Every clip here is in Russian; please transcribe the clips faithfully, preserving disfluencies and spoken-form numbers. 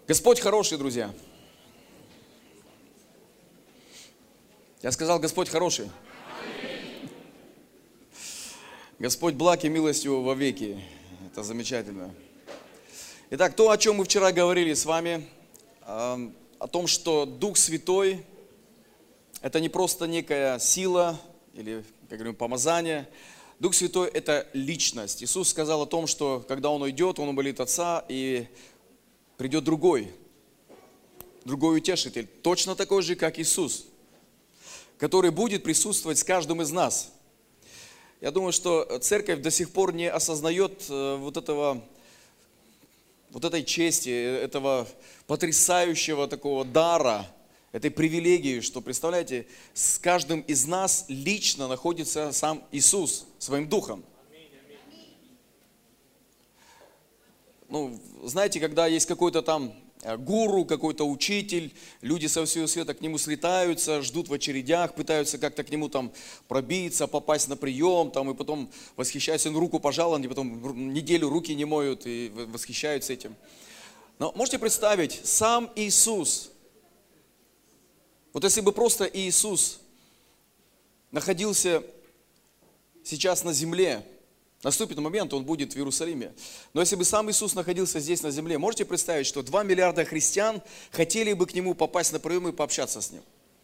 Господь хороший, друзья. Я сказал, Господь хороший. Господь благ и милостью во веки. Это замечательно. Итак, то, о чем мы вчера говорили с вами, о том, что Дух Святой – это не просто некая сила или, как говорим, помазание. Дух Святой – это личность. Иисус сказал о том, что когда Он уйдет, Он умолит Отца, и придет другой, другой утешитель, точно такой же, как Иисус, который будет присутствовать с каждым из нас. Я думаю, что церковь до сих пор не осознает вот этого, вот этой чести, этого потрясающего такого дара, этой привилегии, что, представляете, с каждым из нас лично находится сам Иисус своим Духом. Ну, знаете, когда есть какой-то там гуру, какой-то учитель, люди со всего света к нему слетаются, ждут в очередях, пытаются как-то к нему там пробиться, попасть на прием, там, и потом восхищаются, он руку пожал, они потом неделю руки не моют и восхищаются этим. Но можете представить, сам Иисус, вот если бы просто Иисус находился сейчас на земле, наступит момент, Он будет в Иерусалиме. Но если бы сам Иисус находился здесь на земле, можете представить, что два миллиарда христиан хотели бы к Нему попасть на прием и пообщаться с Ним?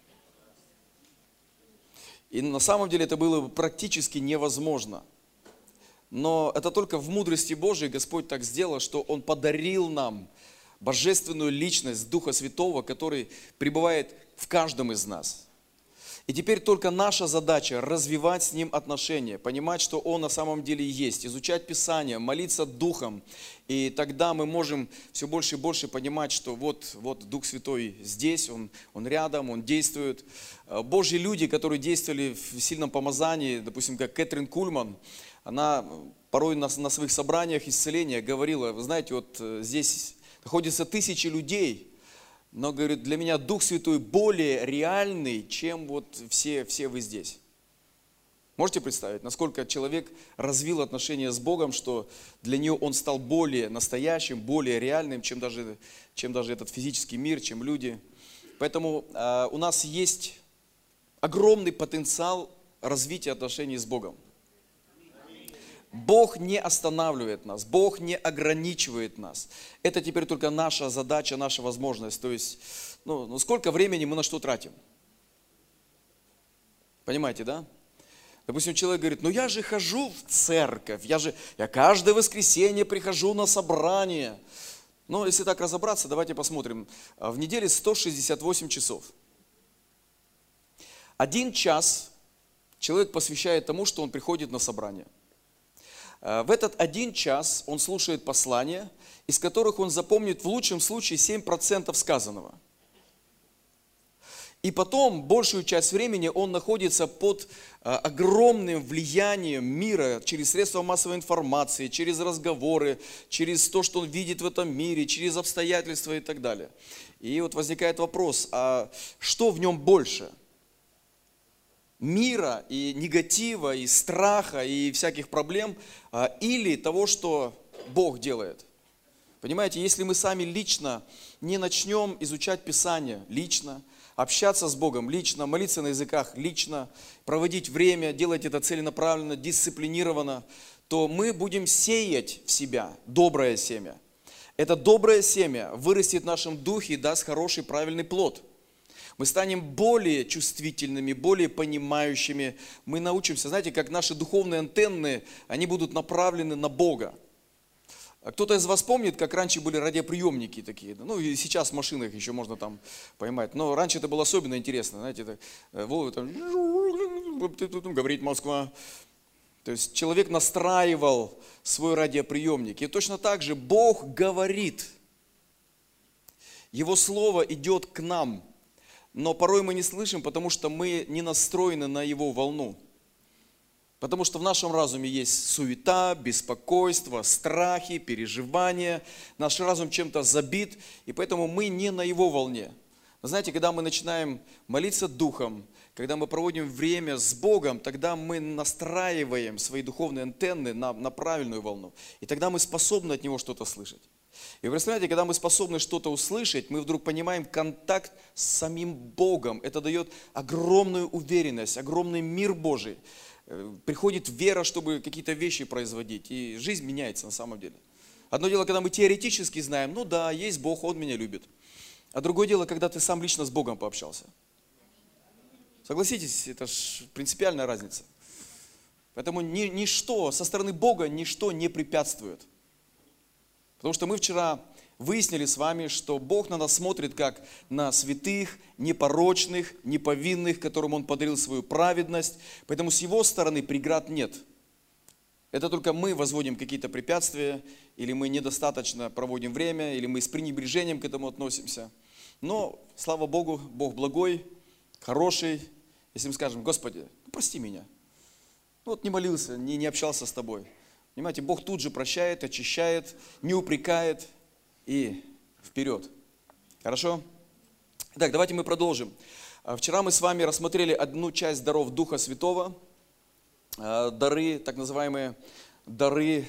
И на самом деле это было бы практически невозможно. Но это только в мудрости Божией Господь так сделал, что Он подарил нам божественную личность Духа Святого, который пребывает в каждом из нас. И теперь только наша задача развивать с Ним отношения, понимать, что Он на самом деле есть, изучать Писание, молиться Духом. И тогда мы можем все больше и больше понимать, что вот, вот Дух Святой здесь, Он, Он рядом, Он действует. Божьи люди, которые действовали в сильном помазании, допустим, как Кэтрин Кульман, она порой на, на своих собраниях исцеления говорила, вы знаете, вот здесь находятся тысячи людей, но, говорит, для меня Дух Святой более реальный, чем вот все, все вы здесь. Можете представить, насколько человек развил отношения с Богом, что для нее он стал более настоящим, более реальным, чем даже, чем даже этот физический мир, чем люди. Поэтому э, у нас есть огромный потенциал развития отношений с Богом. Бог не останавливает нас, Бог не ограничивает нас. Это теперь только наша задача, наша возможность. То есть, ну, ну сколько времени мы на что тратим? Понимаете, да? Допустим, человек говорит, ну я же хожу в церковь, я же, я каждое воскресенье прихожу на собрание. Но если так разобраться, давайте посмотрим. В неделе сто шестьдесят восемь часов. Один час человек посвящает тому, что он приходит на собрание. В этот один час он слушает послания, из которых он запомнит в лучшем случае семь процентов сказанного. И потом большую часть времени он находится под огромным влиянием мира через средства массовой информации, через разговоры, через то, что он видит в этом мире, через обстоятельства и так далее. И вот возникает вопрос, а что в нем больше? Мира и негатива, и страха, и всяких проблем, или того, что Бог делает. Понимаете, если мы сами лично не начнем изучать Писание лично, общаться с Богом лично, молиться на языках лично, проводить время, делать это целенаправленно, дисциплинированно, то мы будем сеять в себя доброе семя. Это доброе семя вырастет в нашем духе и даст хороший, правильный плод. Мы станем более чувствительными, более понимающими. Мы научимся, знаете, как наши духовные антенны, они будут направлены на Бога. Кто-то из вас помнит, как раньше были радиоприемники такие? Ну и сейчас в машинах еще можно там поймать. Но раньше это было особенно интересно. Знаете, это, Вова там, говорит Москва. То есть человек настраивал свой радиоприемник. И точно так же Бог говорит. Его слово идет к нам. Но порой мы не слышим, потому что мы не настроены на Его волну. Потому что в нашем разуме есть суета, беспокойство, страхи, переживания. Наш разум чем-то забит, и поэтому мы не на Его волне. Вы знаете, когда мы начинаем молиться Духом, когда мы проводим время с Богом, тогда мы настраиваем свои духовные антенны на, на правильную волну. И тогда мы способны от Него что-то слышать. И вы представляете, когда мы способны что-то услышать, мы вдруг понимаем контакт с самим Богом. Это дает огромную уверенность, огромный мир Божий. Приходит вера, чтобы какие-то вещи производить. И жизнь меняется на самом деле. Одно дело, когда мы теоретически знаем, ну да, есть Бог, Он меня любит. А другое дело, когда ты сам лично с Богом пообщался. Согласитесь, это же принципиальная разница. Поэтому ни, ничто, со стороны Бога ничто не препятствует. Потому что мы вчера выяснили с вами, что Бог на нас смотрит как на святых, непорочных, неповинных, которым Он подарил свою праведность. Поэтому с Его стороны преград нет. Это только мы возводим какие-то препятствия, или мы недостаточно проводим время, или мы с пренебрежением к этому относимся. Но, слава Богу, Бог благой, хороший. Если мы скажем: Господи, прости меня. Ну, вот не молился, не, не общался с Тобой. Понимаете, Бог тут же прощает, очищает, не упрекает и вперед. Хорошо? Итак, давайте мы продолжим. Вчера мы с вами рассмотрели одну часть даров Духа Святого. Дары, так называемые дары,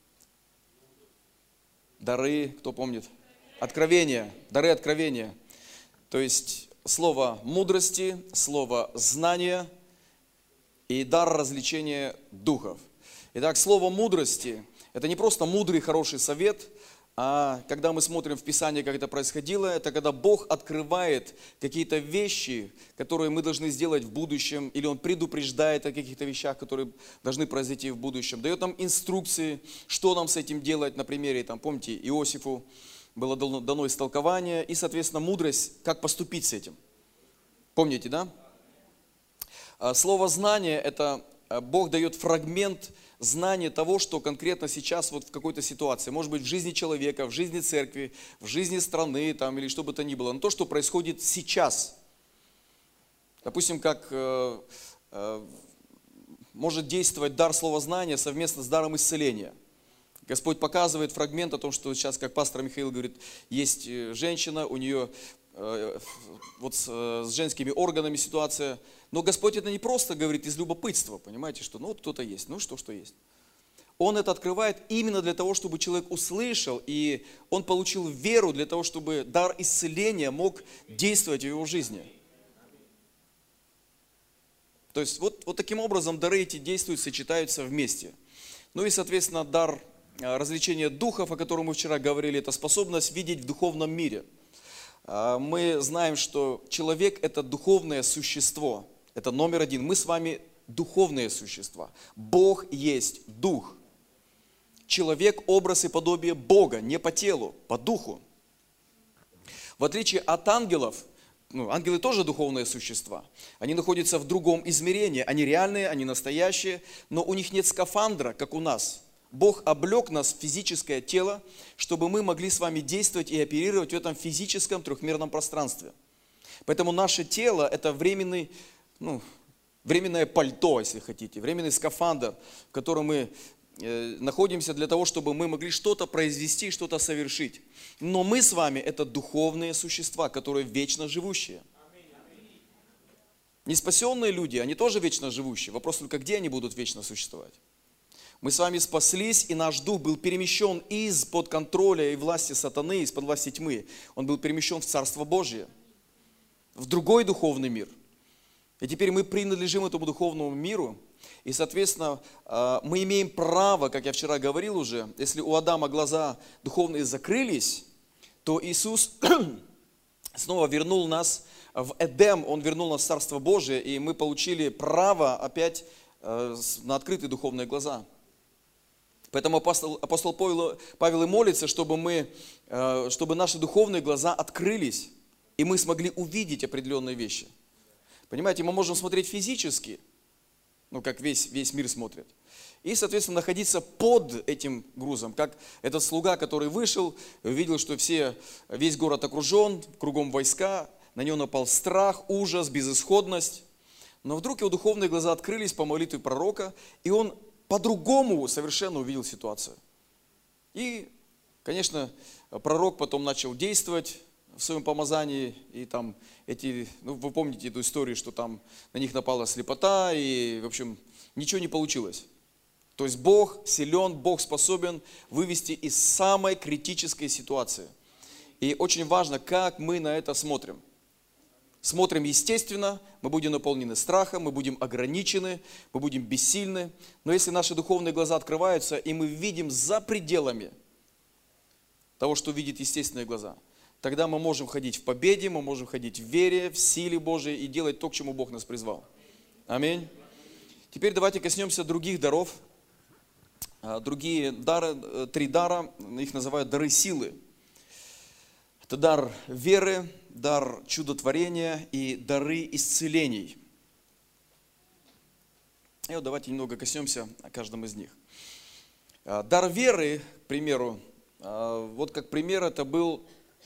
дары, кто помнит? Откровения, дары откровения. То есть слово мудрости, слово знания и дар развлечения духов. Итак, слово мудрости – это не просто мудрый, хороший совет, а когда мы смотрим в Писании, как это происходило, это когда Бог открывает какие-то вещи, которые мы должны сделать в будущем, или Он предупреждает о каких-то вещах, которые должны произойти в будущем, дает нам инструкции, что нам с этим делать. На примере, там, помните, Иосифу было дано, дано истолкование, и, соответственно, мудрость, как поступить с этим. Помните, да? Слово «знание» – это Бог дает фрагмент знание того, что конкретно сейчас вот в какой-то ситуации, может быть в жизни человека, в жизни церкви, в жизни страны там, или что бы то ни было, но то, что происходит сейчас. Допустим, как э, э, может действовать дар словознания совместно с даром исцеления. Господь показывает фрагмент о том, что сейчас, как пастор Михаил говорит, есть женщина, у нее э, вот с, э, с женскими органами ситуация. Но Господь это не просто говорит из любопытства, понимаете, что ну вот кто-то есть, ну что, что есть. Он это открывает именно для того, чтобы человек услышал, и он получил веру для того, чтобы дар исцеления мог действовать в его жизни. То есть вот, вот таким образом дары эти действуют, сочетаются вместе. Ну и, соответственно, дар развлечения духов, о котором мы вчера говорили, это способность видеть в духовном мире. Мы знаем, что человек – это духовное существо. Это номер один. Мы с вами духовные существа. Бог есть дух. Человек – образ и подобие Бога, не по телу, по духу. В отличие от ангелов, ну, ангелы тоже духовные существа. Они находятся в другом измерении. Они реальные, они настоящие, но у них нет скафандра, как у нас. Бог облег нас в физическое тело, чтобы мы могли с вами действовать и оперировать в этом физическом трехмерном пространстве. Поэтому наше тело – это временный, ну, временное пальто, если хотите, временный скафандр, в котором мы э, находимся для того, чтобы мы могли что-то произвести, что-то совершить. Но мы с вами – это духовные существа, которые вечно живущие. Неспасенные люди, они тоже вечно живущие. Вопрос только, где они будут вечно существовать. Мы с вами спаслись, и наш дух был перемещен из-под контроля и власти сатаны, из-под власти тьмы. Он был перемещен в Царство Божие, в другой духовный мир. И теперь мы принадлежим этому духовному миру, и, соответственно, мы имеем право, как я вчера говорил уже, если у Адама глаза духовные закрылись, то Иисус снова вернул нас в Эдем, Он вернул нас в Царство Божие, и мы получили право опять на открытые духовные глаза. Поэтому апостол, апостол Павел, Павел и молится, чтобы, мы, чтобы наши духовные глаза открылись, и мы смогли увидеть определенные вещи. Понимаете, мы можем смотреть физически, ну как весь, весь мир смотрит, и, соответственно, находиться под этим грузом, как этот слуга, который вышел, увидел, что все, весь город окружен, кругом войска, на него напал страх, ужас, безысходность. Но вдруг его духовные глаза открылись по молитве пророка, и он по-другому совершенно увидел ситуацию. И, конечно, пророк потом начал действовать в своем помазании, и там эти, ну вы помните эту историю, что там на них напала слепота, и, в общем, ничего не получилось. То есть Бог силен, Бог способен вывести из самой критической ситуации. И очень важно, как мы на это смотрим. Смотрим естественно, мы будем наполнены страхом, мы будем ограничены, мы будем бессильны. Но если наши духовные глаза открываются, и мы видим за пределами того, что видят естественные глаза, тогда мы можем ходить в победе, мы можем ходить в вере, в силе Божией и делать то, к чему Бог нас призвал. Аминь. Теперь давайте коснемся других даров. Другие дары, три дара, их называют дары силы. Это дар веры, дар чудотворения и дары исцелений. И вот давайте немного коснемся о каждом из них. Дар веры, к примеру, вот как пример, это был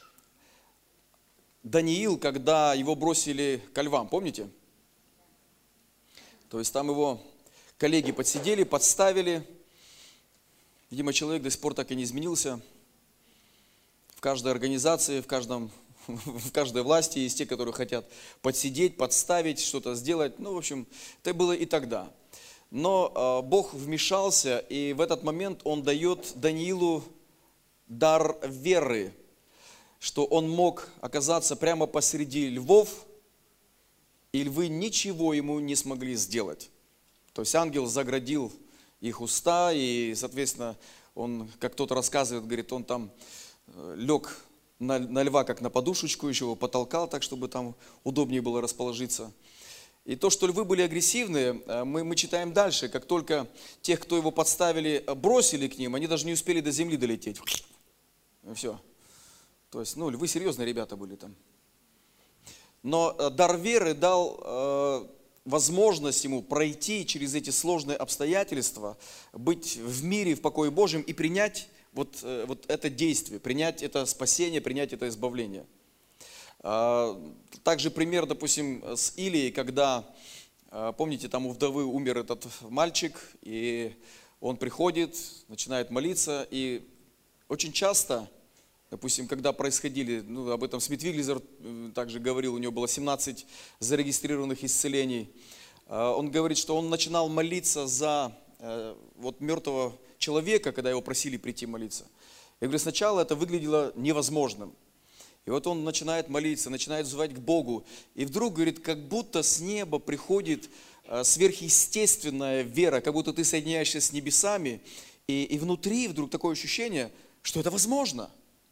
Даниил, когда его бросили ко львам, помните? То есть там его коллеги подсидели, подставили. Видимо, человек до сих пор так и не изменился. В каждой организации, в, каждом, в каждой власти есть те, которые хотят подсидеть, подставить, что-то сделать. Ну, в общем, это было и тогда. Но э, Бог вмешался, и в этот момент Он дает Даниилу дар веры, что он мог оказаться прямо посреди львов, и львы ничего ему не смогли сделать. То есть ангел заградил их уста, и, соответственно, он, как кто-то рассказывает, говорит, он там лег на, на льва, как на подушечку, еще его потолкал, так, чтобы там удобнее было расположиться. И то, что львы были агрессивные, мы, мы читаем дальше, как только тех, кто его подставили, бросили к ним, они даже не успели до земли долететь. И все. То есть, ну, львы серьезные ребята были там. Но дар веры дал э, возможность ему пройти через эти сложные обстоятельства, быть в мире, в покое Божьем и принять вот, э, вот это действие, принять это спасение, принять это избавление. Э, также пример, допустим, с Илией, когда, э, помните, там у вдовы умер этот мальчик, и он приходит, начинает молиться, и очень часто... Допустим, когда происходили, ну, об этом Смит Вигглезер также говорил, у него было семнадцать зарегистрированных исцелений. Он говорит, что он начинал молиться за вот, мертвого человека, когда его просили прийти молиться. Я говорю, сначала это выглядело невозможным. И вот он начинает молиться, начинает взывать к Богу. И вдруг, говорит, как будто с неба приходит сверхъестественная вера, как будто ты соединяешься с небесами. И, и внутри вдруг такое ощущение, что это возможно.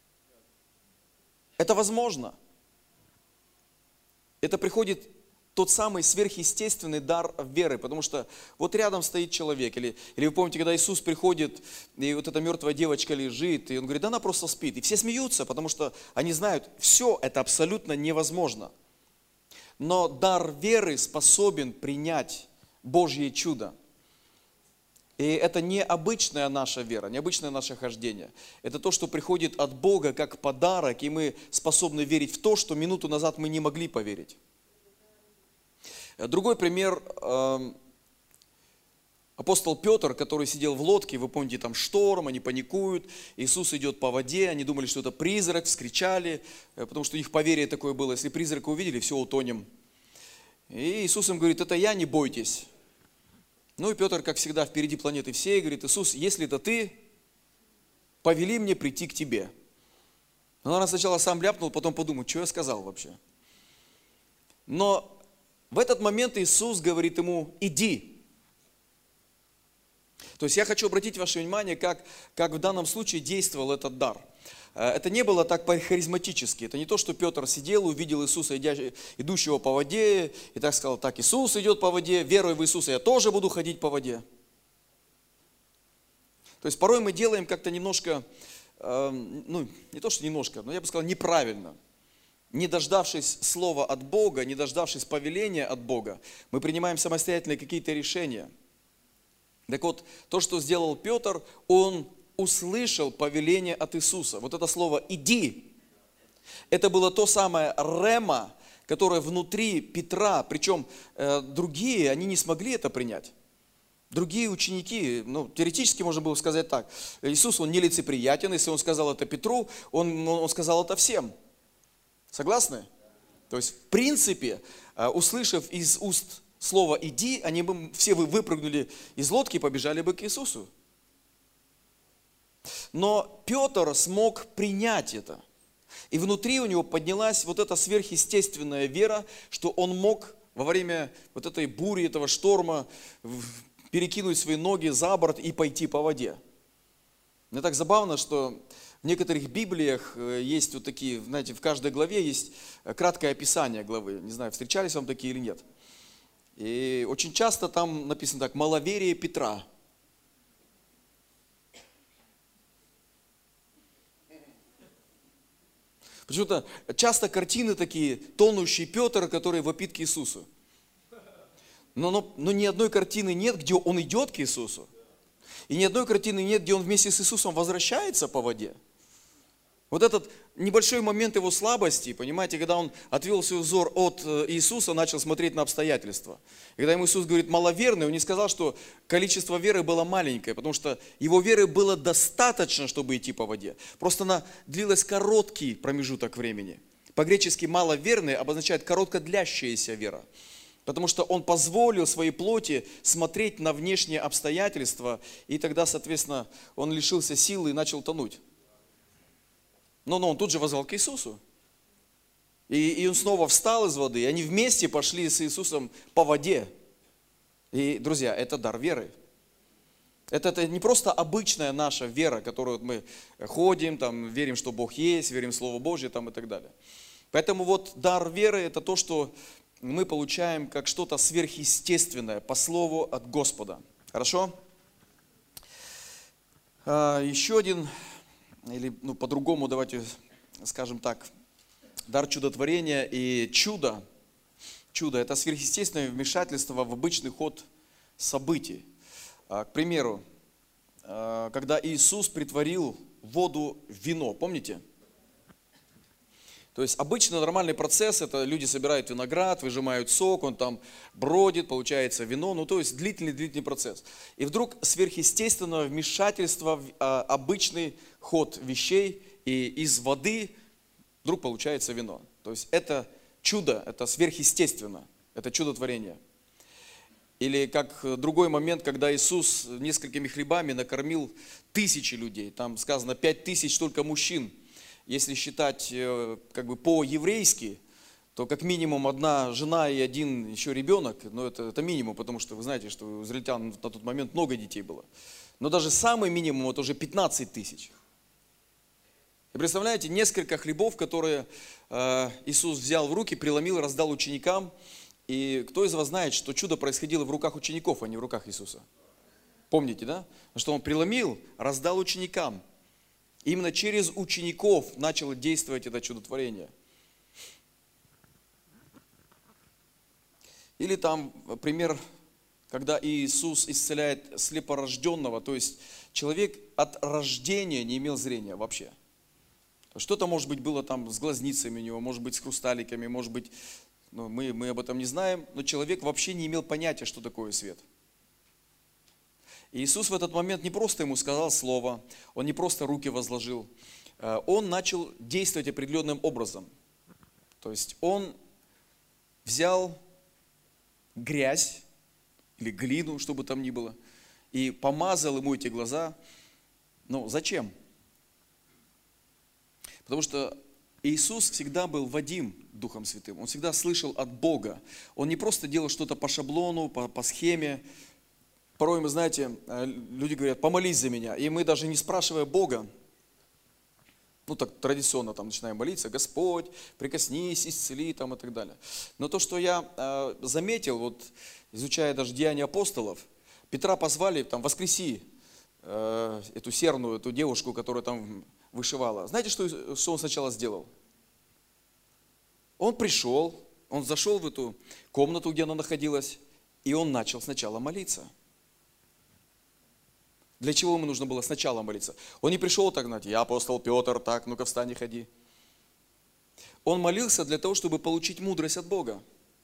Это возможно. Это приходит тот самый сверхъестественный дар веры, потому что вот рядом стоит человек, или, или вы помните, когда Иисус приходит, и вот эта мертвая девочка лежит, и Он говорит, да она просто спит. И все смеются, потому что они знают, все это абсолютно невозможно. Но дар веры способен принять Божье чудо. И это не обычная наша вера, не обычное наше хождение. Это то, что приходит от Бога как подарок, и мы способны верить в то, что минуту назад мы не могли поверить. Другой пример. Апостол Петр, который сидел в лодке, вы помните, там шторм, они паникуют, Иисус идет по воде, они думали, что это призрак, вскричали, потому что их поверие такое было, если призрака увидели, все, утонем. И Иисус им говорит, это я, не бойтесь. Ну и Петр, как всегда, впереди планеты всей, говорит, Иисус, если это ты, повели мне прийти к тебе. Он, наверное, сначала сам ляпнул, потом подумал, что я сказал вообще. Но в этот момент Иисус говорит ему, иди. То есть я хочу обратить ваше внимание, как, как в данном случае действовал этот дар. Это не было так харизматически. Это не то, что Петр сидел, увидел Иисуса, идущего по воде, и так сказал, так, Иисус идет по воде, веруя в Иисуса, я тоже буду ходить по воде. То есть порой мы делаем как-то немножко, ну, не то, что немножко, но я бы сказал, неправильно. Не дождавшись слова от Бога, не дождавшись повеления от Бога, мы принимаем самостоятельно какие-то решения. Так вот, то, что сделал Петр, он услышал повеление от Иисуса. Вот это слово «иди», это было то самое рема, которое внутри Петра, причем э, другие, они не смогли это принять. Другие ученики, ну, теоретически можно было сказать так, Иисус, он нелицеприятен, если он сказал это Петру, он, он сказал это всем. Согласны? То есть, в принципе, услышав из уст слово «иди», они бы все вы выпрыгнули из лодки и побежали бы к Иисусу. Но Петр смог принять это. И внутри у него поднялась вот эта сверхъестественная вера, что он мог во время вот этой бури, этого шторма перекинуть свои ноги за борт и пойти по воде. Мне так забавно, что в некоторых Библиях есть вот такие, знаете, в каждой главе есть краткое описание главы. Не знаю, встречались вам такие или нет. И очень часто там написано так: «Маловерие Петра». Почему-то часто картины такие: тонущий Петр, который вопит к Иисусу. Но, но, но ни одной картины нет, где он идет к Иисусу. И ни одной картины нет, где он вместе с Иисусом возвращается по воде. Вот этот небольшой момент его слабости, понимаете, когда он отвел свой взор от Иисуса, начал смотреть на обстоятельства. И когда ему Иисус говорит «маловерный», он не сказал, что количество веры было маленькое, потому что его веры было достаточно, чтобы идти по воде. Просто она длилась короткий промежуток времени. По-гречески «маловерный» обозначает короткодлящаяся вера. Потому что он позволил своей плоти смотреть на внешние обстоятельства, и тогда, соответственно, он лишился силы и начал тонуть. Но, но он тут же воззвал к Иисусу. И, и он снова встал из воды, и они вместе пошли с Иисусом по воде. И, друзья, это дар веры. Это, это не просто обычная наша вера, которую мы ходим, там, верим, что Бог есть, верим в Слово Божье там, и так далее. Поэтому вот дар веры – это то, что мы получаем как что-то сверхъестественное по Слову от Господа. Хорошо? А, еще один... Или ну, по-другому давайте скажем так, дар чудотворения и чудо. Чудо – это сверхъестественное вмешательство в обычный ход событий. К примеру, когда Иисус притворил воду в вино, помните? То есть обычно нормальный процесс – это люди собирают виноград, выжимают сок, он там бродит, получается вино, ну то есть длительный-длительный процесс. И вдруг сверхъестественное вмешательство в а, обычный ход вещей, и из воды вдруг получается вино. То есть это чудо, это сверхъестественно, это чудотворение. Или как другой момент, когда Иисус несколькими хлебами накормил тысячи людей, там сказано пять тысяч только мужчин. Если считать как бы по-еврейски, то как минимум одна жена и один еще ребенок, но это, это минимум, потому что вы знаете, что у израильтян на тот момент много детей было. Но даже самый минимум это уже пятнадцать тысяч. И представляете, несколько хлебов, которые э, Иисус взял в руки, преломил, раздал ученикам. И кто из вас знает, что чудо происходило в руках учеников, а не в руках Иисуса? Помните, да? Что Он преломил, раздал ученикам. Именно через учеников начало действовать это чудотворение. Или там пример, когда Иисус исцеляет слепорожденного, то есть человек от рождения не имел зрения вообще. Что-то, может быть, было там с глазницами у него, может быть, с хрусталиками, может быть, ну, мы, мы об этом не знаем, но человек вообще не имел понятия, что такое свет. И Иисус в этот момент не просто ему сказал слово, Он не просто руки возложил, Он начал действовать определенным образом. То есть Он взял грязь или глину, что бы там ни было, и помазал ему эти глаза. Ну, зачем? Потому что Иисус всегда был водим Духом Святым, Он всегда слышал от Бога. Он не просто делал что-то по шаблону, по, по схеме. Порой мы, знаете, люди говорят, помолись за меня. И мы даже не спрашивая Бога, ну так традиционно там начинаем молиться, Господь, прикоснись, исцели там и так далее. Но то, что я э, заметил, вот изучая даже Деяния апостолов, Петра позвали, там, воскреси э, эту серную, эту девушку, которая там вышивала. Знаете, что, что он сначала сделал? Он пришел, он зашел в эту комнату, где она находилась, и он начал сначала молиться. Для чего ему нужно было сначала молиться? Он не пришел так, знаете, я апостол Петр, так, ну-ка встань и ходи. Он молился для того, чтобы получить мудрость от Бога.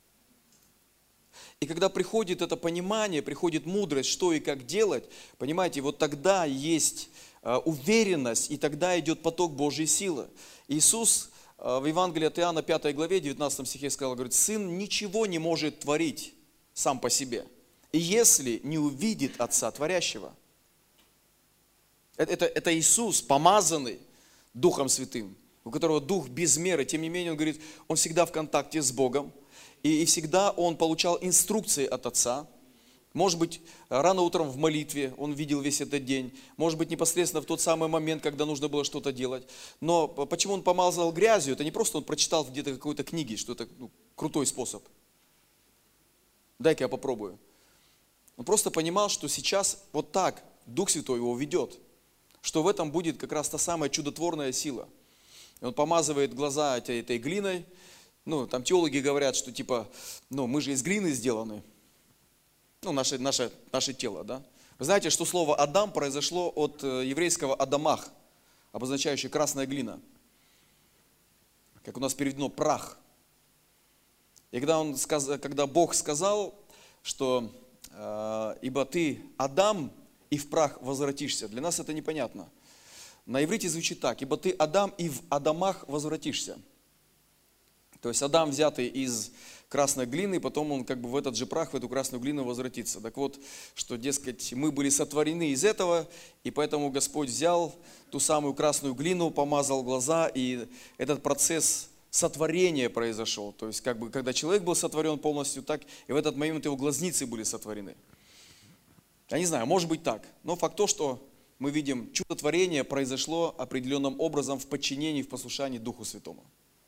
И когда приходит это понимание, приходит мудрость, что и как делать, понимаете, вот тогда есть уверенность, и тогда идет поток Божьей силы. Иисус в Евангелии от Иоанна пятой главе, девятнадцатом стихе сказал, говорит, Сын ничего не может творить сам по себе, если не увидит Отца Творящего. Это, это, это Иисус, помазанный Духом Святым, у которого Дух без меры. Тем не менее, Он говорит, Он всегда в контакте с Богом. И, и всегда Он получал инструкции от Отца. Может быть, рано утром в молитве Он видел весь этот день. Может быть, непосредственно в тот самый момент, когда нужно было что-то делать. Но почему Он помазал грязью? Это не просто Он прочитал где-то какой-то книге, что это ну, крутой способ. Дай-ка я попробую. Он просто понимал, что сейчас вот так Дух Святой его ведет. Что в этом будет как раз та самая чудотворная сила. И Он помазывает глаза этой, этой глиной. Ну, там теологи говорят, что типа, ну, мы же из глины сделаны. Ну, наше, наше, наше тело, да. Вы знаете, что слово «Адам» произошло от еврейского «адамах», обозначающее красная глина. Как у нас переведено «прах». И когда, он, когда Бог сказал, что э, «ибо ты, Адам, и в прах возвратишься», для нас это непонятно. На иврите звучит так: «ибо ты, Адам, и в Адамах возвратишься». То есть Адам, взятый из красной глины, потом он как бы в этот же прах, в эту красную глину возвратится. Так вот, что, дескать, мы были сотворены из этого, и поэтому Господь взял ту самую красную глину, помазал глаза, и этот процесс сотворения произошел. То есть, как бы, когда человек был сотворен полностью, так и в этот момент его глазницы были сотворены. Я не знаю, может быть так, но факт то, что мы видим, чудотворение произошло определенным образом в подчинении, в послушании Духу Святому.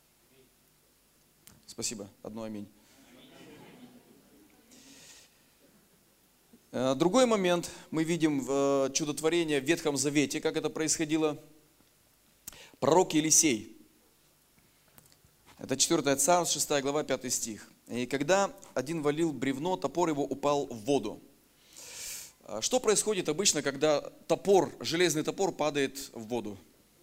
Спасибо. Одно аминь. Другой момент мы видим в чудотворении в Ветхом Завете, как это происходило. Пророк Елисей. Это четвёртое Царств, шестая глава, пятый стих. «И когда один валил бревно, топор его упал в воду». Что происходит обычно, когда топор, железный топор падает в воду?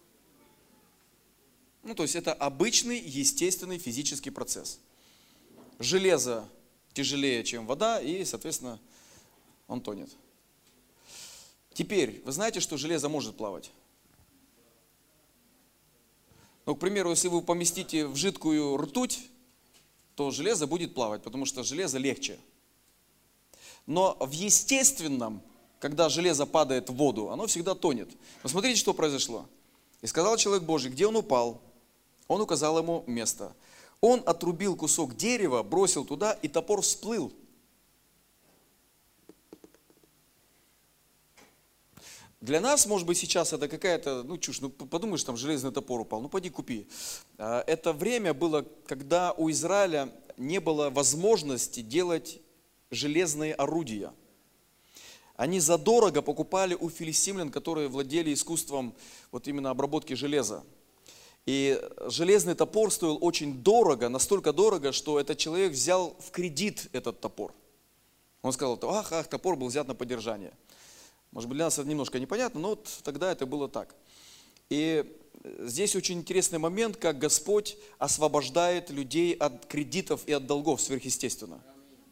Ну, то есть это обычный, естественный физический процесс. Железо тяжелее, чем вода, и, соответственно, он тонет. Теперь, вы знаете, что железо может плавать? Ну, к примеру, если вы поместите в жидкую ртуть, то железо будет плавать, потому что железо легче. Но в естественном, когда железо падает в воду, оно всегда тонет. Но смотрите, что произошло. «И сказал человек Божий, где он упал? Он указал ему место. Он отрубил кусок дерева, бросил туда, и топор всплыл». Для нас, может быть, сейчас это какая-то, ну, чушь, ну, подумаешь, там железный топор упал, ну, пойди купи. Это время было, когда у Израиля не было возможности делать железные орудия. Они задорого покупали у филистимлян, которые владели искусством вот именно обработки железа. И железный топор стоил очень дорого, настолько дорого, что этот человек взял в кредит этот топор. Он сказал, ах, ах, топор был взят на поддержание. Может быть, для нас это немножко непонятно, но вот тогда это было так. И здесь очень интересный момент, как Господь освобождает людей от кредитов и от долгов сверхъестественно.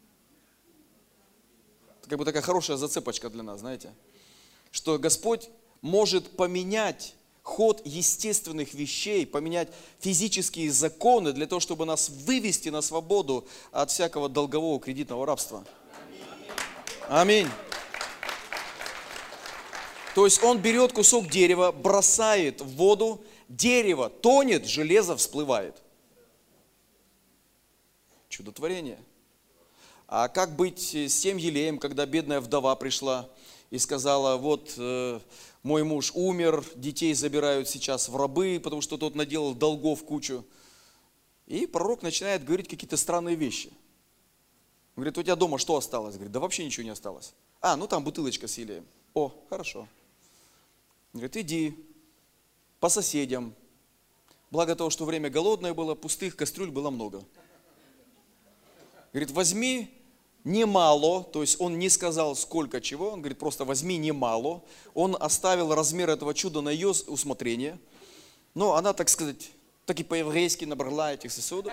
Это как бы такая хорошая зацепочка для нас, знаете. Что Господь может поменять ход естественных вещей, поменять физические законы для того, чтобы нас вывести на свободу от всякого долгового кредитного рабства. Аминь. То есть он берет кусок дерева, бросает в воду, дерево тонет, железо всплывает. Чудотворение. А как быть с тем елеем, когда бедная вдова пришла и сказала, вот э, мой муж умер, детей забирают сейчас в рабы, потому что тот наделал долгов кучу. И пророк начинает говорить какие-то странные вещи. Он говорит, у тебя дома что осталось? Говорит, да вообще ничего не осталось. А, ну там бутылочка с елеем. О, хорошо. Говорит, иди по соседям. Благо того, что время голодное было, пустых кастрюль было много. Говорит, возьми немало, то есть он не сказал сколько чего, он говорит, просто возьми немало. Он оставил размер этого чуда на ее усмотрение. Но она, так сказать, так и по-еврейски набрала этих сосудов.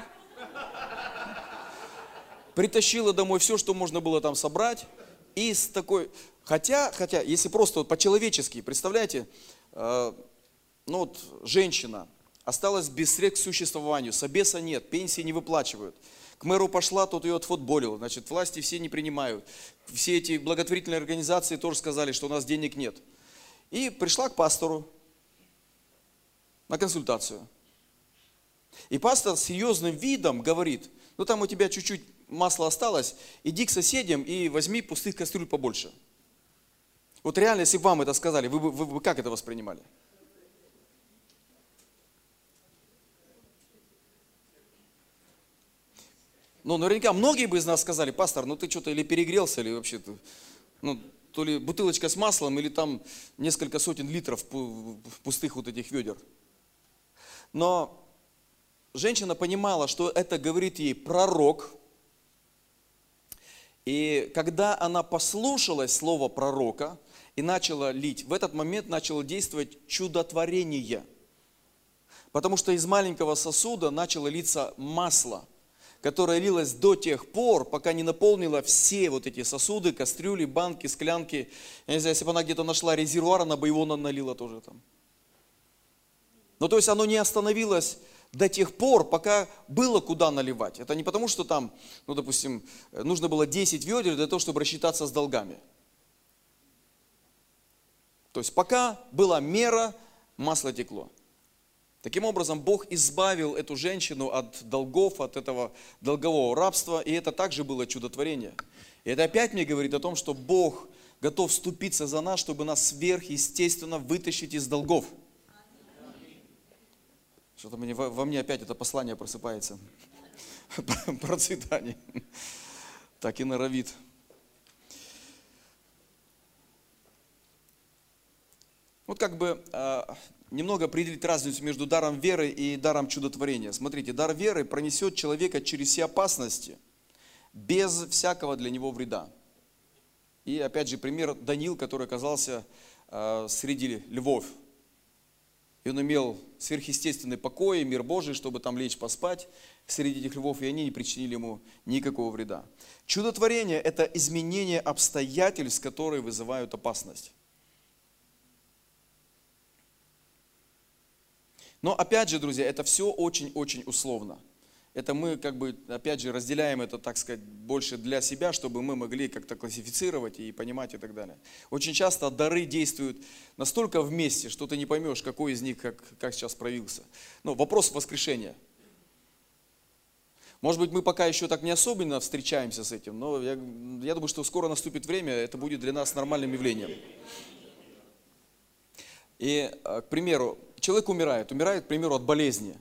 Притащила домой все, что можно было там собрать. И с такой... Хотя, хотя, если просто вот по-человечески, представляете, э, ну вот женщина, осталась без средств к существованию, собеса нет, пенсии не выплачивают. К мэру пошла, тот ее отфутболил, значит, власти все не принимают. Все эти благотворительные организации тоже сказали, что у нас денег нет. И пришла к пастору на консультацию. И пастор с серьезным видом говорит: ну там у тебя чуть-чуть масла осталось, иди к соседям и возьми пустых кастрюль побольше. Вот реально, если бы вам это сказали, вы бы вы, вы как это воспринимали? Ну, наверняка многие бы из нас сказали: пастор, ну ты что-то или перегрелся, или вообще, ну, то ли бутылочка с маслом, или там несколько сотен литров пустых вот этих ведер. Но женщина понимала, что это говорит ей пророк. И когда она послушалась слова пророка и начала лить, в этот момент начало действовать чудотворение. Потому что из маленького сосуда начало литься масло, которое лилось до тех пор, пока не наполнило все вот эти сосуды, кастрюли, банки, склянки. Я не знаю, если бы она где-то нашла резервуар, она бы его налила тоже там. Ну, то есть оно не остановилось до тех пор, пока было куда наливать. Это не потому, что там, ну, допустим, нужно было десять ведер для того, чтобы рассчитаться с долгами. То есть пока была мера, масло текло. Таким образом, Бог избавил эту женщину от долгов, от этого долгового рабства, и это также было чудотворение. И это опять мне говорит о том, что Бог готов вступиться за нас, чтобы нас сверхъестественно вытащить из долгов. Что-то мне, во мне опять это послание просыпается. Процветание. Так и норовит. Вот как бы немного определить разницу между даром веры и даром чудотворения. Смотрите, дар веры пронесет человека через все опасности, без всякого для него вреда. И опять же пример Даниил, который оказался среди львов. И он имел сверхъестественный покой, мир Божий, чтобы там лечь поспать среди этих львов, и они не причинили ему никакого вреда. Чудотворение – это изменение обстоятельств, которые вызывают опасность. Но опять же, друзья, это все очень-очень условно. Это мы, как бы, опять же, разделяем это, так сказать, больше для себя, чтобы мы могли как-то классифицировать и понимать и так далее. Очень часто дары действуют настолько вместе, что ты не поймешь, какой из них как, как сейчас проявился. Ну, вопрос воскрешения. Может быть, мы пока еще так не особенно встречаемся с этим, но я, я думаю, что скоро наступит время, это будет для нас нормальным явлением. И, к примеру, человек умирает, умирает, к примеру, от болезни.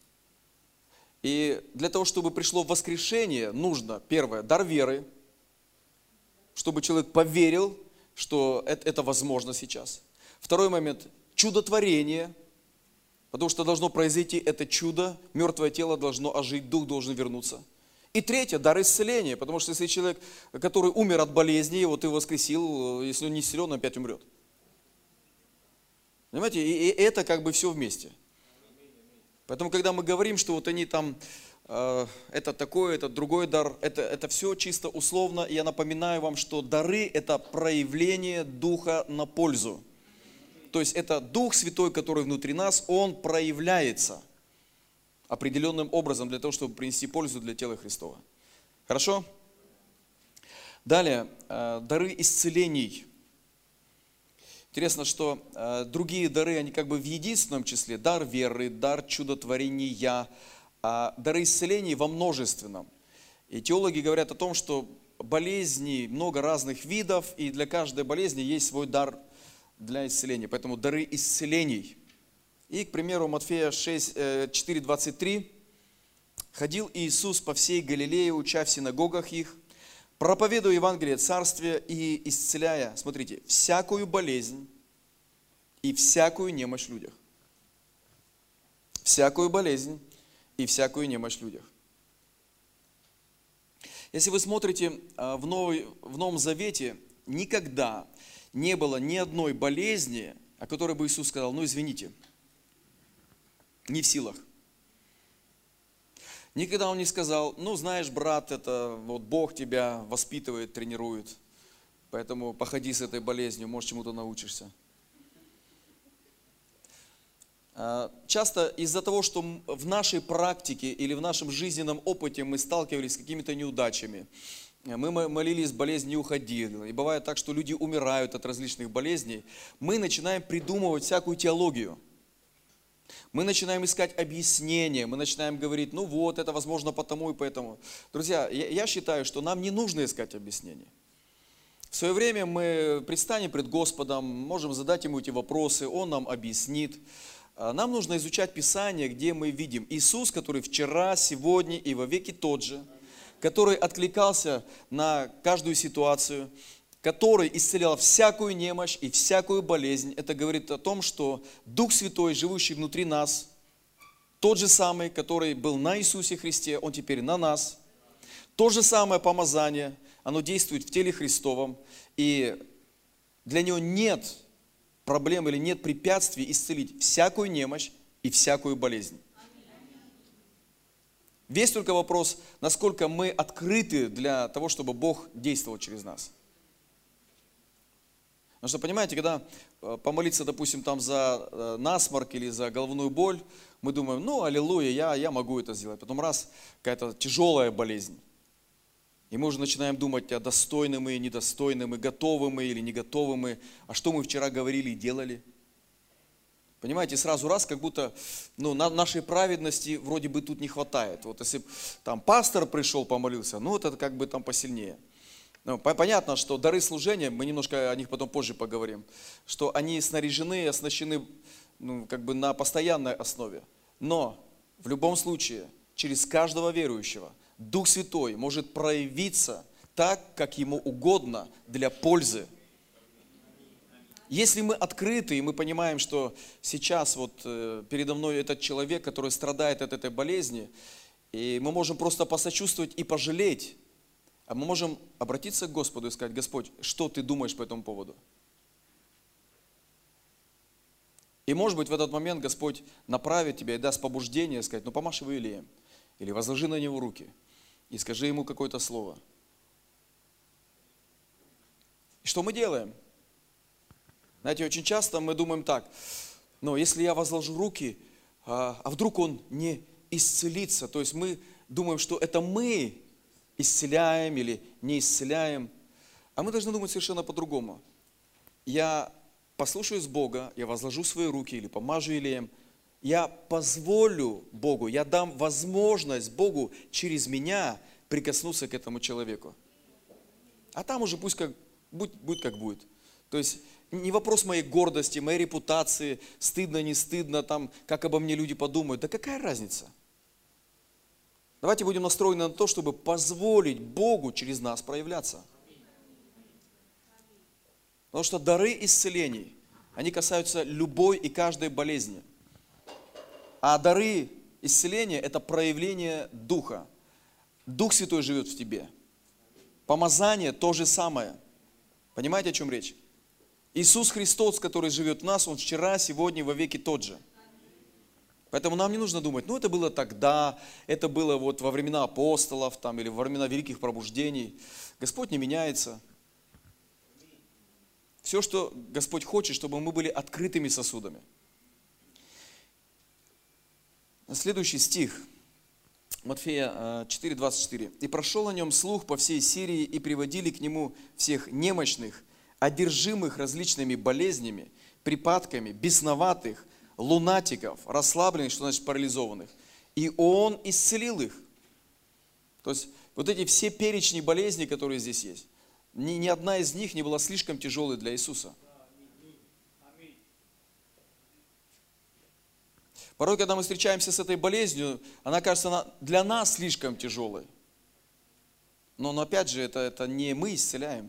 И для того, чтобы пришло воскрешение, нужно, первое, дар веры, чтобы человек поверил, что это, это возможно сейчас. Второй момент, чудотворение, потому что должно произойти это чудо, мертвое тело должно ожить, дух должен вернуться. И третье, дар исцеления, потому что если человек, который умер от болезни, его ты воскресил, если он не исцелен, он опять умрет. Понимаете, и, и это как бы все вместе. Поэтому, когда мы говорим, что вот они там, э, это такой, это другой дар, это, это все чисто условно. И я напоминаю вам, что дары – это проявление Духа на пользу. То есть это Дух Святой, который внутри нас, Он проявляется определенным образом для того, чтобы принести пользу для тела Христова. Хорошо? Далее, э, дары исцелений. Интересно, что э, другие дары, они как бы в единственном числе. Дар веры, дар чудотворения, а дары исцелений во множественном. И теологи говорят о том, что болезней много разных видов, и для каждой болезни есть свой дар для исцеления. Поэтому дары исцелений. И, к примеру, Матфея шесть, четыре двадцать три. «Ходил Иисус по всей Галилее, уча в синагогах их, проповедуя Евангелие Царствия и исцеляя, смотрите, всякую болезнь и всякую немощь в людях». Всякую болезнь и всякую немощь в людях. Если вы смотрите в, Новый, в Новом Завете, никогда не было ни одной болезни, о которой бы Иисус сказал: ну извините, не в силах. Никогда Он не сказал: ну знаешь, брат, это вот Бог тебя воспитывает, тренирует, поэтому походи с этой болезнью, может чему-то научишься. Часто из-за того, что в нашей практике или в нашем жизненном опыте мы сталкивались с какими-то неудачами, мы молились, болезнь не уходила, и бывает так, что люди умирают от различных болезней, мы начинаем придумывать всякую теологию. Мы начинаем искать объяснения, мы начинаем говорить, ну вот, это возможно потому и поэтому. Друзья, я считаю, что нам не нужно искать объяснения. В свое время мы предстанем пред Господом, можем задать Ему эти вопросы, Он нам объяснит. Нам нужно изучать Писание, где мы видим Иисус, который вчера, сегодня и во веки тот же, который откликался на каждую ситуацию, который исцелял всякую немощь и всякую болезнь. Это говорит о том, что Дух Святой, живущий внутри нас, тот же самый, который был на Иисусе Христе, Он теперь на нас. То же самое помазание, оно действует в теле Христовом, и для Него нет проблем или нет препятствий исцелить всякую немощь и всякую болезнь. Весь только вопрос, насколько мы открыты для того, чтобы Бог действовал через нас. Потому что, понимаете, когда помолиться, допустим, там за насморк или за головную боль, мы думаем, ну, аллилуйя, я, я могу это сделать. Потом раз, какая-то тяжелая болезнь. И мы уже начинаем думать, а достойны мы, недостойны мы, готовы мы или не готовы мы, а что мы вчера говорили и делали. Понимаете, сразу раз, как будто ну, на, нашей праведности вроде бы тут не хватает. Вот если там пастор пришел, помолился, ну это как бы там посильнее. Ну, понятно, что дары служения, мы немножко о них потом позже поговорим, что они снаряжены и оснащены ну, как бы на постоянной основе. Но в любом случае, через каждого верующего Дух Святой может проявиться так, как Ему угодно для пользы. Если мы открыты, и мы понимаем, что сейчас вот передо мной этот человек, который страдает от этой болезни, и мы можем просто посочувствовать и пожалеть, а мы можем обратиться к Господу и сказать, Господь, что Ты думаешь по этому поводу? И может быть в этот момент Господь направит тебя и даст побуждение, сказать, ну помажь его елеем, или возложи на него руки, и скажи ему какое-то слово. И что мы делаем? Знаете, очень часто мы думаем так, но если я возложу руки, а, а вдруг он не исцелится, то есть мы думаем, что это мы исцеляем или не исцеляем, а мы должны думать совершенно по-другому. Я послушаюсь Бога, я возложу свои руки или помажу елеем, я позволю Богу, я дам возможность Богу через меня прикоснуться к этому человеку. А там уже пусть как, будет, будет как будет. То есть не вопрос моей гордости, моей репутации, стыдно, не стыдно, там, как обо мне люди подумают. Да какая разница? Давайте будем настроены на то, чтобы позволить Богу через нас проявляться. Потому что дары исцелений, они касаются любой и каждой болезни. А дары исцеления – это проявление Духа. Дух Святой живет в тебе. Помазание – то же самое. Понимаете, о чем речь? Иисус Христос, который живет в нас, Он вчера, сегодня и во веки тот же. Поэтому нам не нужно думать, ну это было тогда, это было вот во времена апостолов там, или во времена великих пробуждений. Господь не меняется. Все, что Господь хочет, чтобы мы были открытыми сосудами. Следующий стих, Матфея четыре, двадцать четыре. «И прошел о нем слух по всей Сирии, и приводили к нему всех немощных, одержимых различными болезнями, припадками, бесноватых, лунатиков, расслабленных, что значит парализованных. И он исцелил их». То есть вот эти все перечни болезней, которые здесь есть, ни, ни одна из них не была слишком тяжелой для Иисуса. Порой, когда мы встречаемся с этой болезнью, она кажется она для нас слишком тяжелой. Но, но опять же, это, это не мы исцеляем.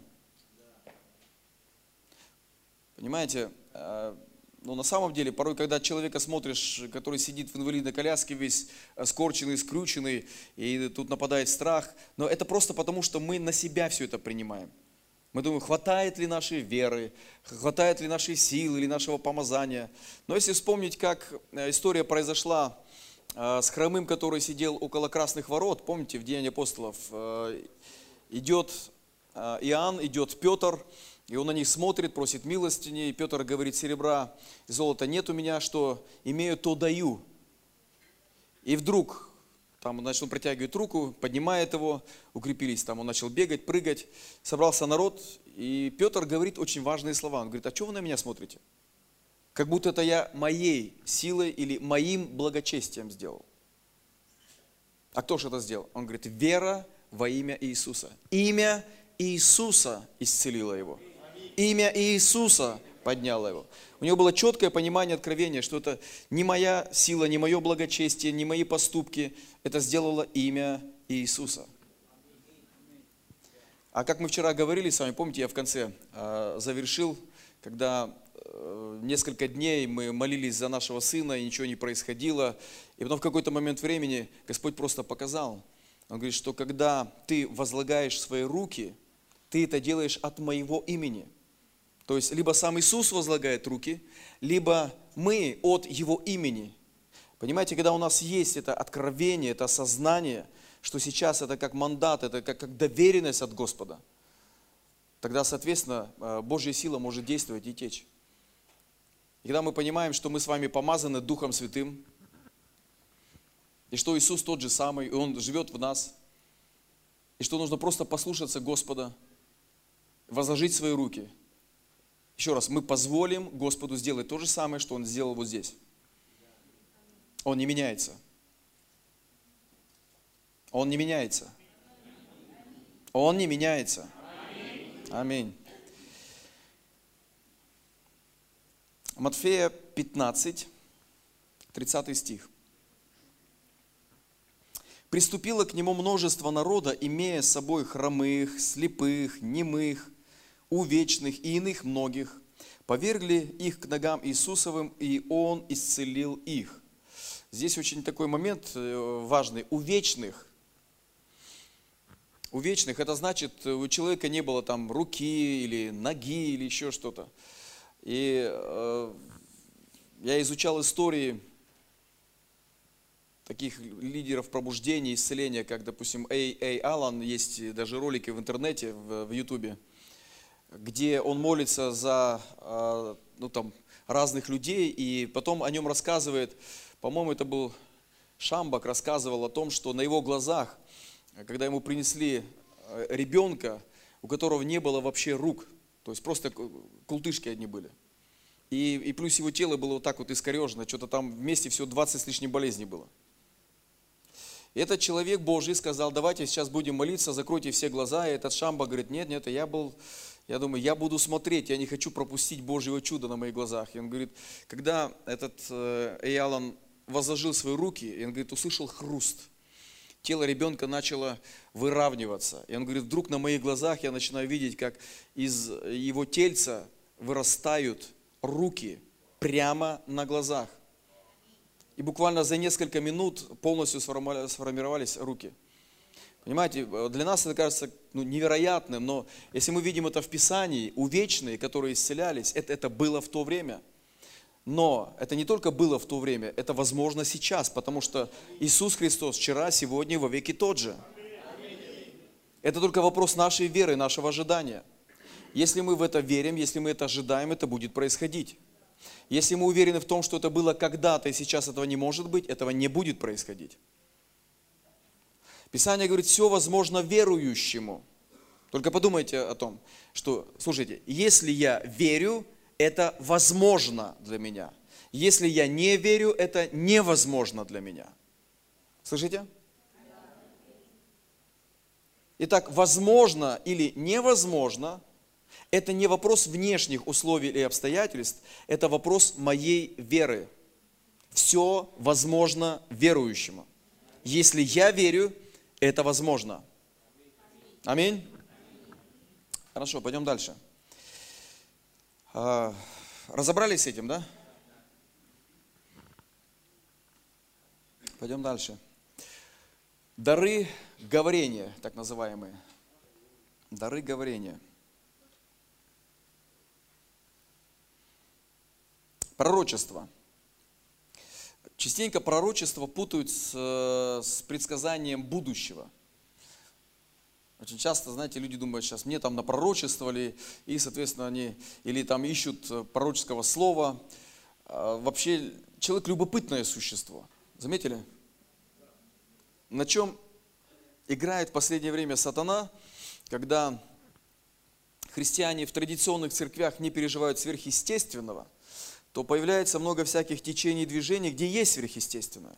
Понимаете, но на самом деле, порой, когда человека смотришь, который сидит в инвалидной коляске, весь скорченный, скрюченный, и тут нападает страх, но это просто потому, что мы на себя все это принимаем. Мы думаем, хватает ли нашей веры, хватает ли нашей силы или нашего помазания. Но если вспомнить, как история произошла с хромым, который сидел около Красных ворот, помните, в Деянии апостолов, идет Иоанн, идет Петр, И он на них смотрит, просит милостыни, и Петр говорит: серебра и золота нет у меня, что имею, то даю. И вдруг, там, значит, он протягивает руку, поднимает его, укрепились, там он начал бегать, прыгать, собрался народ, и Петр говорит очень важные слова. Он говорит: а что вы на меня смотрите? Как будто это я моей силой или моим благочестием сделал. А кто же это сделал? Он говорит: вера во имя Иисуса. Имя Иисуса исцелило его. Имя Иисуса подняло его. У него было четкое понимание, откровение, что это не моя сила, не мое благочестие, не мои поступки. Это сделало имя Иисуса. А как мы вчера говорили с вами, помните, я в конце э, завершил, когда э, несколько дней мы молились за нашего сына, и ничего не происходило. И потом в какой-то момент времени Господь просто показал. Он говорит, что когда ты возлагаешь свои руки, ты это делаешь от моего имени. То есть, либо сам Иисус возлагает руки, либо мы от Его имени. Понимаете, когда у нас есть это откровение, это осознание, что сейчас это как мандат, это как, как доверенность от Господа, тогда, соответственно, Божья сила может действовать и течь. И когда мы понимаем, что мы с вами помазаны Духом Святым, и что Иисус тот же самый, и Он живет в нас, и что нужно просто послушаться Господа, возложить свои руки. Еще раз, мы позволим Господу сделать то же самое, что Он сделал вот здесь. Он не меняется. Он не меняется. Он не меняется. Аминь. Матфея пятнадцать, тридцатый стих. «Приступило к нему множество народа, имея с собой хромых, слепых, немых, увечных и иных многих, повергли их к ногам Иисусовым, и Он исцелил их». Здесь очень такой момент важный. Увечных. Увечных, это значит, у человека не было там руки или ноги или еще что-то. И э, я изучал истории таких лидеров пробуждения, исцеления, как, допустим, Эй Эй Аллан, есть даже ролики в интернете, в Ютубе, где он молится за э, ну, там, разных людей, и потом о нем рассказывает, по-моему, это был Шамбак, рассказывал о том, что на его глазах, когда ему принесли ребенка, у которого не было вообще рук, то есть просто култышки одни были. И, и плюс его тело было вот так вот искорежено, что-то там вместе всего двадцать с лишним болезней было. И этот человек Божий сказал: давайте сейчас будем молиться, закройте все глаза. И этот Шамба говорит: нет, нет, я был, я думаю, я буду смотреть, я не хочу пропустить Божьего чуда на моих глазах. И он говорит, когда этот э, Эйалан возложил свои руки, и он говорит, услышал хруст. Тело ребенка начало выравниваться. И он говорит, вдруг на моих глазах я начинаю видеть, как из его тельца вырастают руки прямо на глазах. И буквально за несколько минут полностью сформировались руки. Понимаете, для нас это кажется ну, невероятным, но если мы видим это в Писании, увечные, которые исцелялись, это, это было в то время. Но это не только было в то время, это возможно сейчас, потому что Иисус Христос вчера, сегодня, во веки тот же. Это только вопрос нашей веры, нашего ожидания. Если мы в это верим, если мы это ожидаем, это будет происходить. Если мы уверены в том, что это было когда-то и сейчас этого не может быть, этого не будет происходить. Писание говорит, все возможно верующему. Только подумайте о том, что, слушайте, если я верю, это возможно для меня. Если я не верю, это невозможно для меня. Слышите? Итак, возможно или невозможно, это не вопрос внешних условий и обстоятельств, это вопрос моей веры. Все возможно верующему. Если я верю, это возможно. Аминь. Хорошо, пойдем дальше. Разобрались с этим, да? Пойдем дальше. Дары говорения, так называемые. Дары говорения. Пророчество. Частенько пророчество путают с, с предсказанием будущего. Очень часто, знаете, люди думают, сейчас мне там напророчествовали, и, соответственно, они или там ищут пророческого слова. А вообще, человек любопытное существо. Заметили? На чем играет в последнее время сатана, когда христиане в традиционных церквях не переживают сверхъестественного, то появляется много всяких течений и движений, где есть сверхъестественное.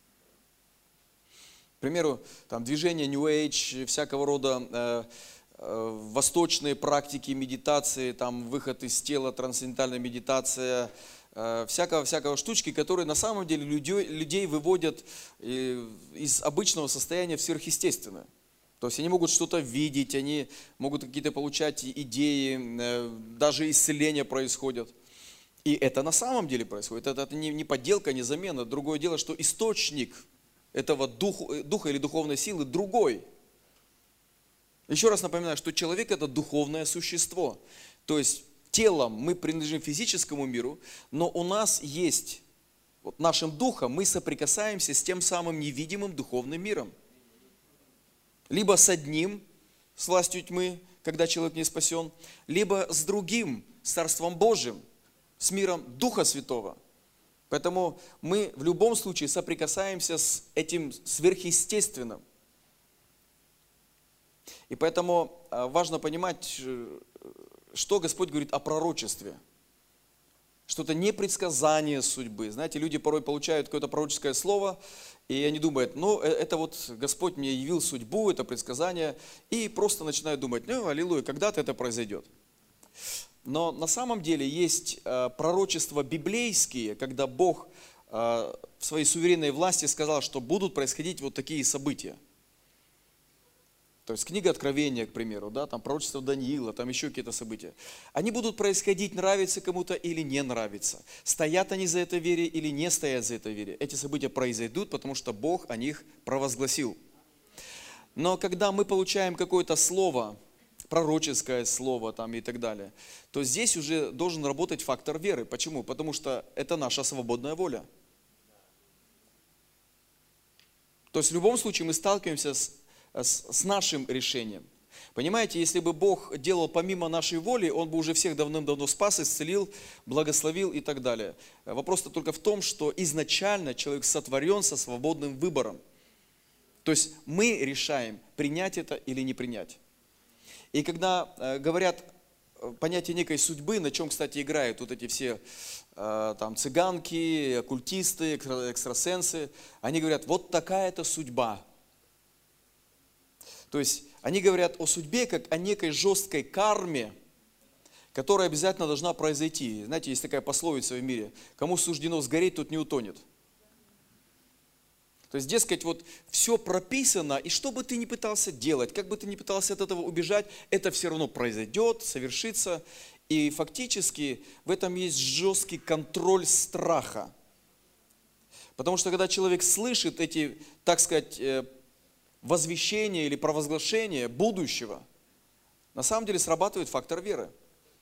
К примеру, там движение New Age, всякого рода э, э, восточные практики медитации, там выход из тела, трансцендентальная медитация, э, всякого-всякого штучки, которые на самом деле людей, людей выводят э, из обычного состояния в сверхъестественное. То есть они могут что-то видеть, они могут какие-то получать идеи, э, даже исцеления происходят. И это на самом деле происходит. Это, это не, не подделка, не замена. Другое дело, что источник этого духа, духа или духовной силы другой. Еще раз напоминаю, что человек это духовное существо. То есть телом мы принадлежим физическому миру, но у нас есть, вот нашим духом мы соприкасаемся с тем самым невидимым духовным миром. Либо с одним, с властью тьмы, когда человек не спасен, либо с другим, с Царством Божьим, с миром Духа Святого. Поэтому мы в любом случае соприкасаемся с этим сверхъестественным. И поэтому важно понимать, что Господь говорит о пророчестве. Что это не предсказание судьбы. Знаете, люди порой получают какое-то пророческое слово, и они думают, ну, это вот Господь мне явил судьбу, это предсказание, и просто начинают думать, ну, аллилуйя, когда-то это произойдет. Но на самом деле есть пророчества библейские, когда Бог в своей суверенной власти сказал, что будут происходить вот такие события. То есть книга Откровения, к примеру, да, там пророчество Даниила, там еще какие-то события. Они будут происходить, нравится кому-то или не нравится. Стоят они за это вере или не стоят за это вере. Эти события произойдут, потому что Бог о них провозгласил. Но когда мы получаем какое-то слово, пророческое слово там и так далее, то здесь уже должен работать фактор веры. Почему? Потому что это наша свободная воля. То есть в любом случае мы сталкиваемся с, с, с нашим решением. Понимаете, если бы Бог делал помимо нашей воли, Он бы уже всех давным-давно спас, исцелил, благословил и так далее. Вопрос-то только в том, что изначально человек сотворен со свободным выбором. То есть мы решаем, принять это или не принять. И когда э, говорят понятие некой судьбы, на чем, кстати, играют вот эти все э, там цыганки, оккультисты, экстрасенсы, они говорят, вот такая-то судьба. То есть они говорят о судьбе как о некой жесткой карме, которая обязательно должна произойти. Знаете, есть такая пословица в мире, кому суждено сгореть, тот не утонет. То есть, дескать, вот все прописано, и что бы ты ни пытался делать, как бы ты ни пытался от этого убежать, это все равно произойдет, совершится. И фактически в этом есть жесткий контроль страха. Потому что когда человек слышит эти, так сказать, возвещения или провозглашения будущего, на самом деле срабатывает фактор веры.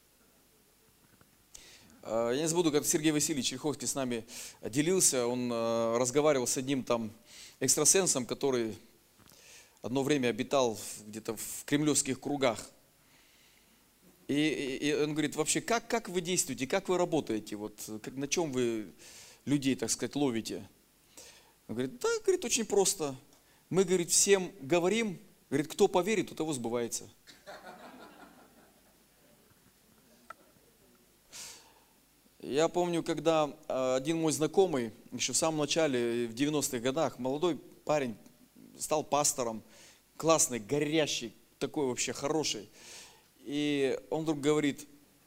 Я не забуду, как Сергей Васильевич Ильховский с нами делился, он разговаривал с одним там экстрасенсом, который одно время обитал где-то в кремлевских кругах. И, и, и он говорит, вообще, как, как вы действуете, как вы работаете, вот, как, на чем вы людей, так сказать, ловите? Он говорит, да, говорит, очень просто. Мы, говорит, всем говорим, говорит, кто поверит, у того сбывается. Я помню, когда один мой знакомый, еще в самом начале, в девяностых годах, молодой парень, стал пастором, классный, горящий, такой вообще хороший. И он вдруг говорит,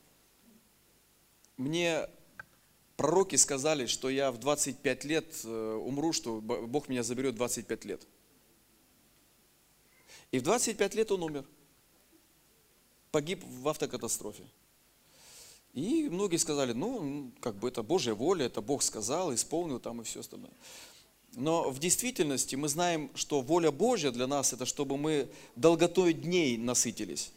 мне пророки сказали, что я в двадцать пять лет умру, что Бог меня заберет в двадцать пять лет. И в двадцать пять лет он умер. Погиб в автокатастрофе. И многие сказали, ну, как бы это Божья воля, это Бог сказал, исполнил там и все остальное. Но в действительности мы знаем, что воля Божья для нас, это чтобы мы долготой дней насытились.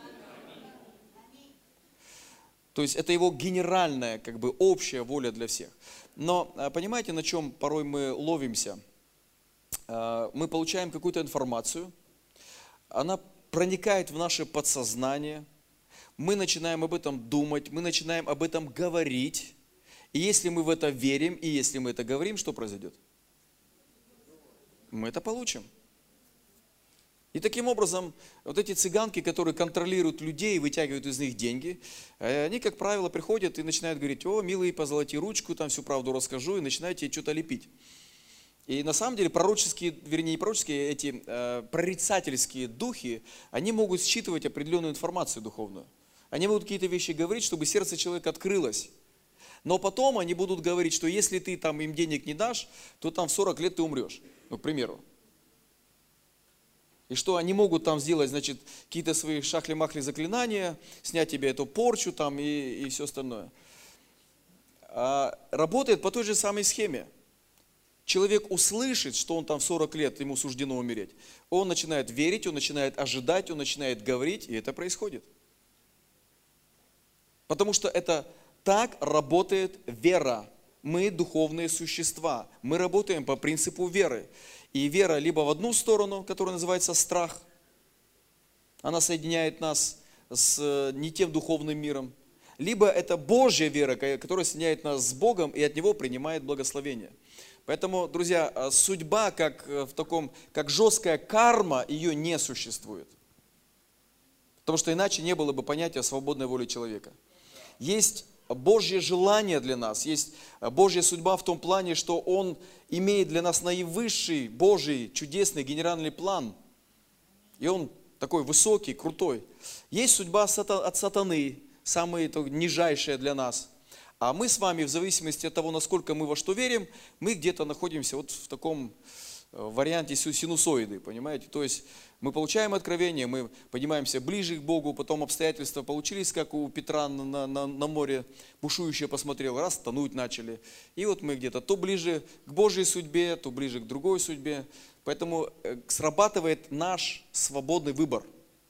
То есть это Его генеральная, как бы общая воля для всех. Но понимаете, на чем порой мы ловимся? Мы получаем какую-то информацию, она проникает в наше подсознание, мы начинаем об этом думать, мы начинаем об этом говорить. И если мы в это верим, и если мы это говорим, что произойдет? Мы это получим. И таким образом, вот эти цыганки, которые контролируют людей, вытягивают из них деньги, они, как правило, приходят и начинают говорить: о, милый, позолоти ручку, там всю правду расскажу, и начинаете что-то лепить. И на самом деле пророческие, вернее не пророческие, эти э, прорицательские духи, они могут считывать определенную информацию духовную. Они могут какие-то вещи говорить, чтобы сердце человека открылось. Но потом они будут говорить, что если ты там им денег не дашь, то там в сорок лет ты умрешь, ну, к примеру. И что они могут там сделать, значит, какие-то свои шахли-махли заклинания, снять тебе эту порчу там и, и все остальное. А работает по той же самой схеме. Человек услышит, что он там в сорок лет, ему суждено умереть. Он начинает верить, он начинает ожидать, он начинает говорить, и это происходит. Потому что это так работает вера. Мы духовные существа. Мы работаем по принципу веры. И вера либо в одну сторону, которая называется страх. Она соединяет нас с не тем духовным миром. Либо это Божья вера, которая соединяет нас с Богом и от Него принимает благословение. Поэтому, друзья, судьба, как в таком, как жесткая карма, ее не существует. Потому что иначе не было бы понятия свободной воли человека. Есть Божье желание для нас, есть Божья судьба в том плане, что Он имеет для нас наивысший Божий чудесный генеральный план. И Он такой высокий, крутой. Есть судьба от сатаны, самая нижайшая для нас. А мы с вами, в зависимости от того, насколько мы во что верим, мы где-то находимся вот в таком варианте синусоиды, понимаете? То есть мы получаем откровение, мы поднимаемся ближе к Богу, потом обстоятельства получились, как у Петра на, на, на море, бушующее посмотрел, раз, тонуть начали. И вот мы где-то то ближе к Божьей судьбе, то ближе к другой судьбе. Поэтому срабатывает наш свободный выбор.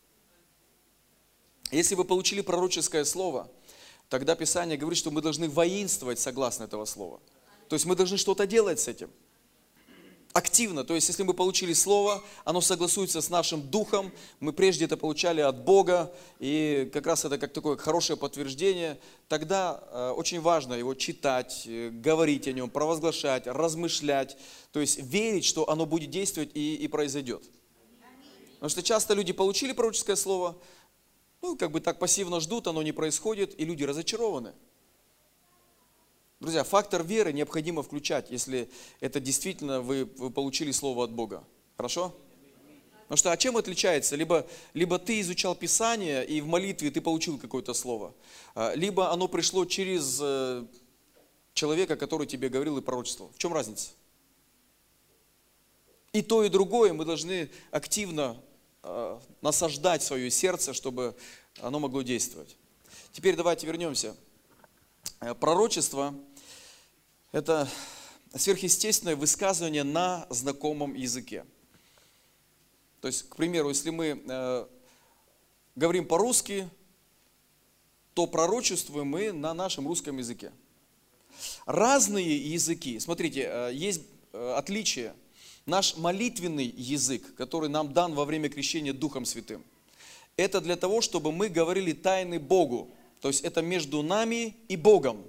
Если вы получили пророческое слово, тогда Писание говорит, что мы должны воинствовать согласно этого слова. То есть мы должны что-то делать с этим. Активно, то есть если мы получили слово, оно согласуется с нашим духом, мы прежде это получали от Бога, и как раз это как такое хорошее подтверждение, тогда э, очень важно его читать, э, говорить о нем, провозглашать, размышлять, то есть верить, что оно будет действовать и, и произойдет. Потому что часто люди получили пророческое слово, ну как бы так пассивно ждут, оно не происходит, и люди разочарованы. Друзья, фактор веры необходимо включать, если это действительно вы, вы получили слово от Бога. Хорошо? Потому что, а чем отличается? Либо, либо ты изучал Писание, и в молитве ты получил какое-то слово, либо оно пришло через человека, который тебе говорил и пророчествовал. В чем разница? И то, и другое мы должны активно насаждать свое сердце, чтобы оно могло действовать. Теперь давайте вернемся. Пророчество – это сверхъестественное высказывание на знакомом языке. То есть, к примеру, если мы э, говорим по-русски, то пророчествуем мы на нашем русском языке. Разные языки, смотрите, э, есть э, отличие. Наш молитвенный язык, который нам дан во время крещения Духом Святым, это для того, чтобы мы говорили тайны Богу. То есть это между нами и Богом.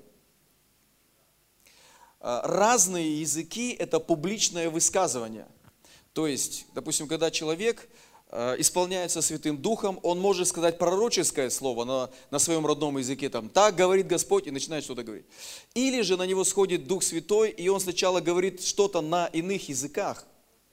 Разные языки – это публичное высказывание. То есть, допустим, когда человек исполняется Святым Духом, он может сказать пророческое слово на, на своем родном языке, там, так говорит Господь, и начинает что-то говорить. Или же на него сходит Дух Святой, и он сначала говорит что-то на иных языках.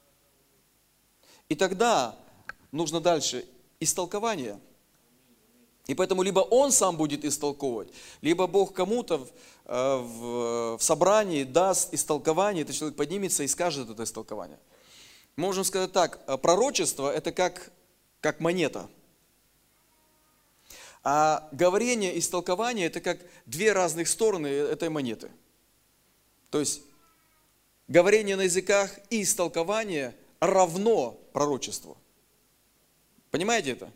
И тогда нужно дальше истолкование. И поэтому либо он сам будет истолковывать, либо Бог кому-то в, в, в собрании даст истолкование, этот человек поднимется и скажет это истолкование. Мы можем сказать так, пророчество это как, как монета. А говорение и истолкование это как две разных стороны этой монеты. То есть говорение на языках и истолкование равно пророчеству. Понимаете это?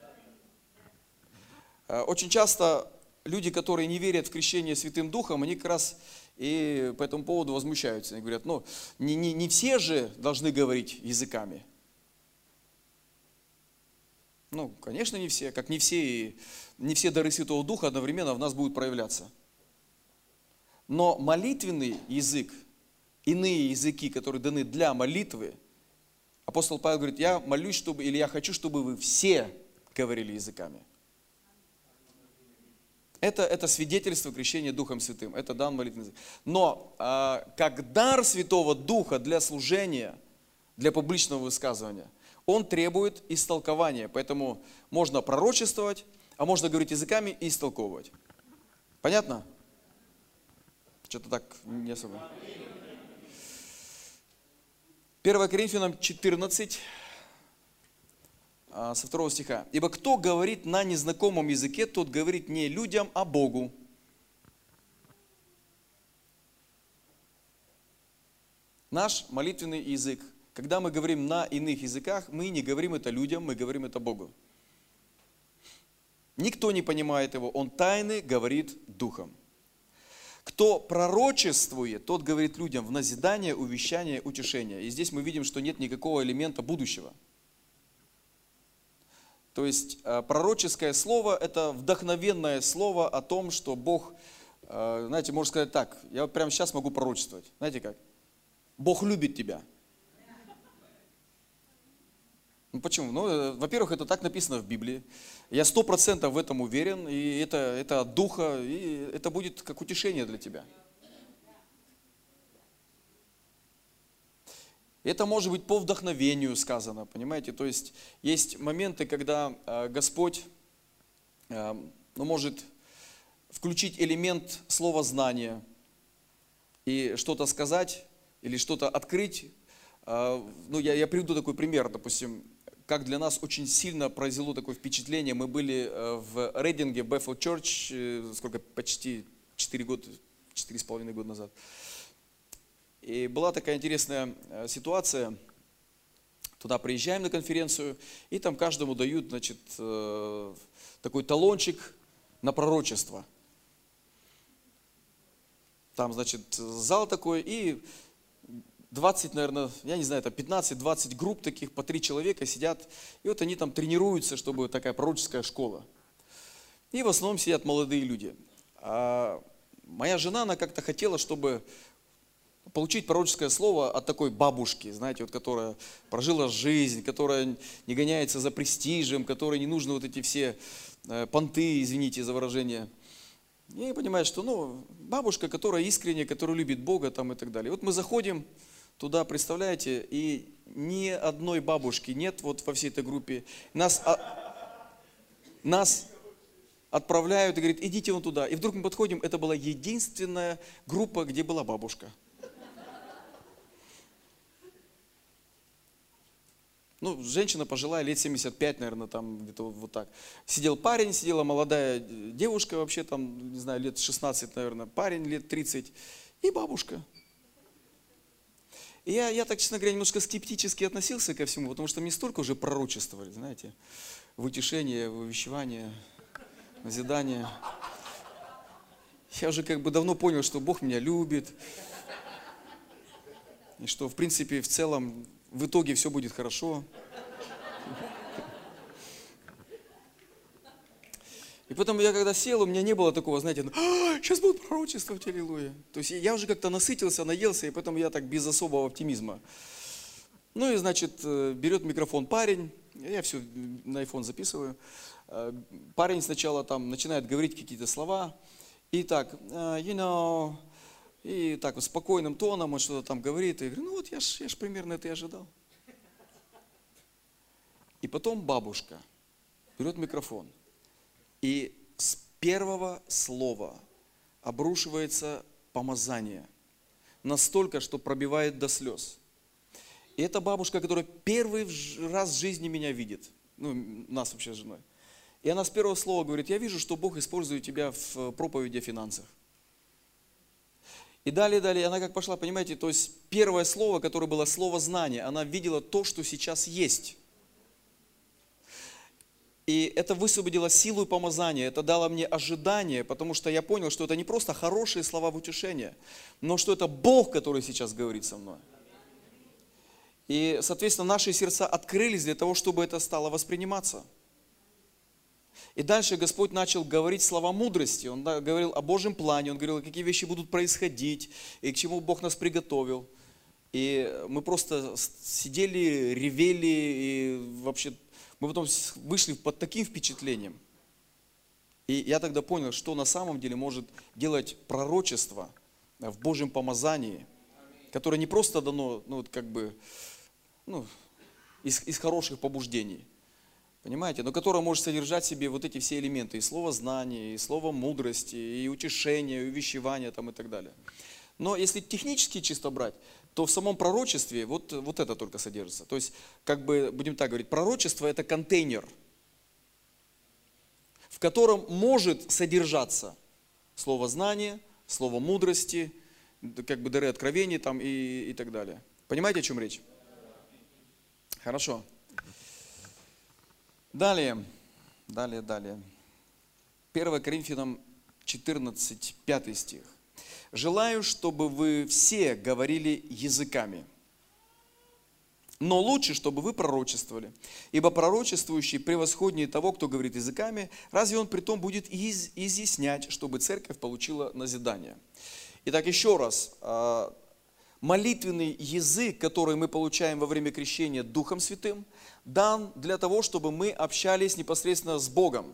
Очень часто люди, которые не верят в крещение Святым Духом, они как раз и по этому поводу возмущаются. Они говорят, ну, не, не, не все же должны говорить языками. Ну, конечно, не все, как не все, не все дары Святого Духа одновременно в нас будут проявляться. Но молитвенный язык, иные языки, которые даны для молитвы, апостол Павел говорит, я молюсь, чтобы, или я хочу, чтобы вы все говорили языками. Это, это свидетельство крещения Духом Святым, это дан молитвенный язык. Но а, как дар Святого Духа для служения, для публичного высказывания, он требует истолкования. Поэтому можно пророчествовать, а можно говорить языками и истолковывать. Понятно? Что-то так не особо. первое Коринфянам четырнадцать, со второго стиха. «Ибо кто говорит на незнакомом языке, тот говорит не людям, а Богу». Наш молитвенный язык. Когда мы говорим на иных языках, мы не говорим это людям, мы говорим это Богу. Никто не понимает его, он тайны говорит духом. Кто пророчествует, тот говорит людям в назидание, увещание, утешение. И здесь мы видим, что нет никакого элемента будущего. То есть пророческое слово – это вдохновенное слово о том, что Бог, знаете, можно сказать так, я вот прямо сейчас могу пророчествовать. Знаете как? Бог любит тебя. Ну почему? Ну, во-первых, это так написано в Библии. Я сто процентов в этом уверен, и это, это от Духа, и это будет как утешение для тебя. Это может быть по вдохновению сказано, понимаете? То есть есть моменты, когда э, Господь э, ну, может включить элемент слова знания и что-то сказать или что-то открыть. Э, ну, я, я приведу такой пример, допустим, как для нас очень сильно произвело такое впечатление. Мы были в Рейдинге, Bethel Church, сколько, почти четыре года, четыре с половиной года назад. И была такая интересная ситуация. Туда приезжаем на конференцию, и там каждому дают, значит, такой талончик на пророчество. Там, значит, зал такой, и двадцать, наверное, я не знаю, это пятнадцать-двадцать групп таких, по три человека сидят, и вот они там тренируются, чтобы такая пророческая школа. И в основном сидят молодые люди. А моя жена, она как-то хотела, чтобы получить пророческое слово от такой бабушки, знаете, вот, которая прожила жизнь, которая не гоняется за престижем, которой не нужны вот эти все понты, извините за выражение. И понимает, что, ну, бабушка, которая искренняя, которая любит Бога там и так далее. Вот мы заходим туда, представляете, и ни одной бабушки нет вот во всей этой группе. Нас, а, нас отправляют и говорят, идите вон туда. И вдруг мы подходим, это была единственная группа, где была бабушка. Ну, женщина пожилая, лет семьдесят пять, наверное, там где-то вот, вот так. Сидел парень, сидела молодая девушка, вообще там, не знаю, лет шестнадцать, наверное, парень лет тридцать и бабушка. И я, я так, честно говоря, немножко скептически относился ко всему, потому что мне столько уже пророчествовали, знаете, в утешение, в увещевание, назидание. Я уже как бы давно понял, что Бог меня любит, и что, в принципе, в целом, в итоге все будет хорошо. И потом я когда сел, у меня не было такого, знаете, а, сейчас будут пророчествовать, аллилуйя. То есть я уже как-то насытился, наелся, и потом я так без особого оптимизма. Ну и, значит, берет микрофон парень, я все на айфон записываю. Парень сначала там начинает говорить какие-то слова, и так, you know, и так вот спокойным тоном он что-то там говорит, и я говорю, ну вот я ж, я ж примерно это и ожидал. И потом бабушка берет микрофон. И с первого слова обрушивается помазание. Настолько, что пробивает до слез. И это бабушка, которая первый раз в жизни меня видит. Ну, нас вообще с женой. И она с первого слова говорит, я вижу, что Бог использует тебя в проповеди о финансах. И далее, далее, она как пошла, понимаете, то есть первое слово, которое было слово знания, она видела то, что сейчас есть. И это высвободило силу и помазание, это дало мне ожидание, потому что я понял, что это не просто хорошие слова в утешение, но что это Бог, который сейчас говорит со мной. И, соответственно, наши сердца открылись для того, чтобы это стало восприниматься. И дальше Господь начал говорить слова мудрости. Он говорил о Божьем плане, Он говорил, какие вещи будут происходить, и к чему Бог нас приготовил. И мы просто сидели, ревели, и вообще мы потом вышли под таким впечатлением. И я тогда понял, что на самом деле может делать пророчество в Божьем помазании, которое не просто дано, ну, как бы, ну, из, из хороших побуждений, понимаете, но которое может содержать в себе вот эти все элементы, и слово знания, и слово мудрости, и утешения, и увещевания там, и так далее. Но если технически чисто брать, то в самом пророчестве вот, вот это только содержится. То есть, как бы, будем так говорить, пророчество – это контейнер, в котором может содержаться слово знания, слово мудрости, как бы дары откровений там и, и так далее. Понимаете, о чем речь? Хорошо. Далее, далее, далее. первое Коринфянам четырнадцать, пятый стих. «Желаю, чтобы вы все говорили языками, но лучше, чтобы вы пророчествовали, ибо пророчествующий превосходнее того, кто говорит языками, разве он притом будет из, изъяснять, чтобы церковь получила назидание?» Итак, еще раз, молитвенный язык, который мы получаем во время крещения Духом Святым, дан для того, чтобы мы общались непосредственно с Богом.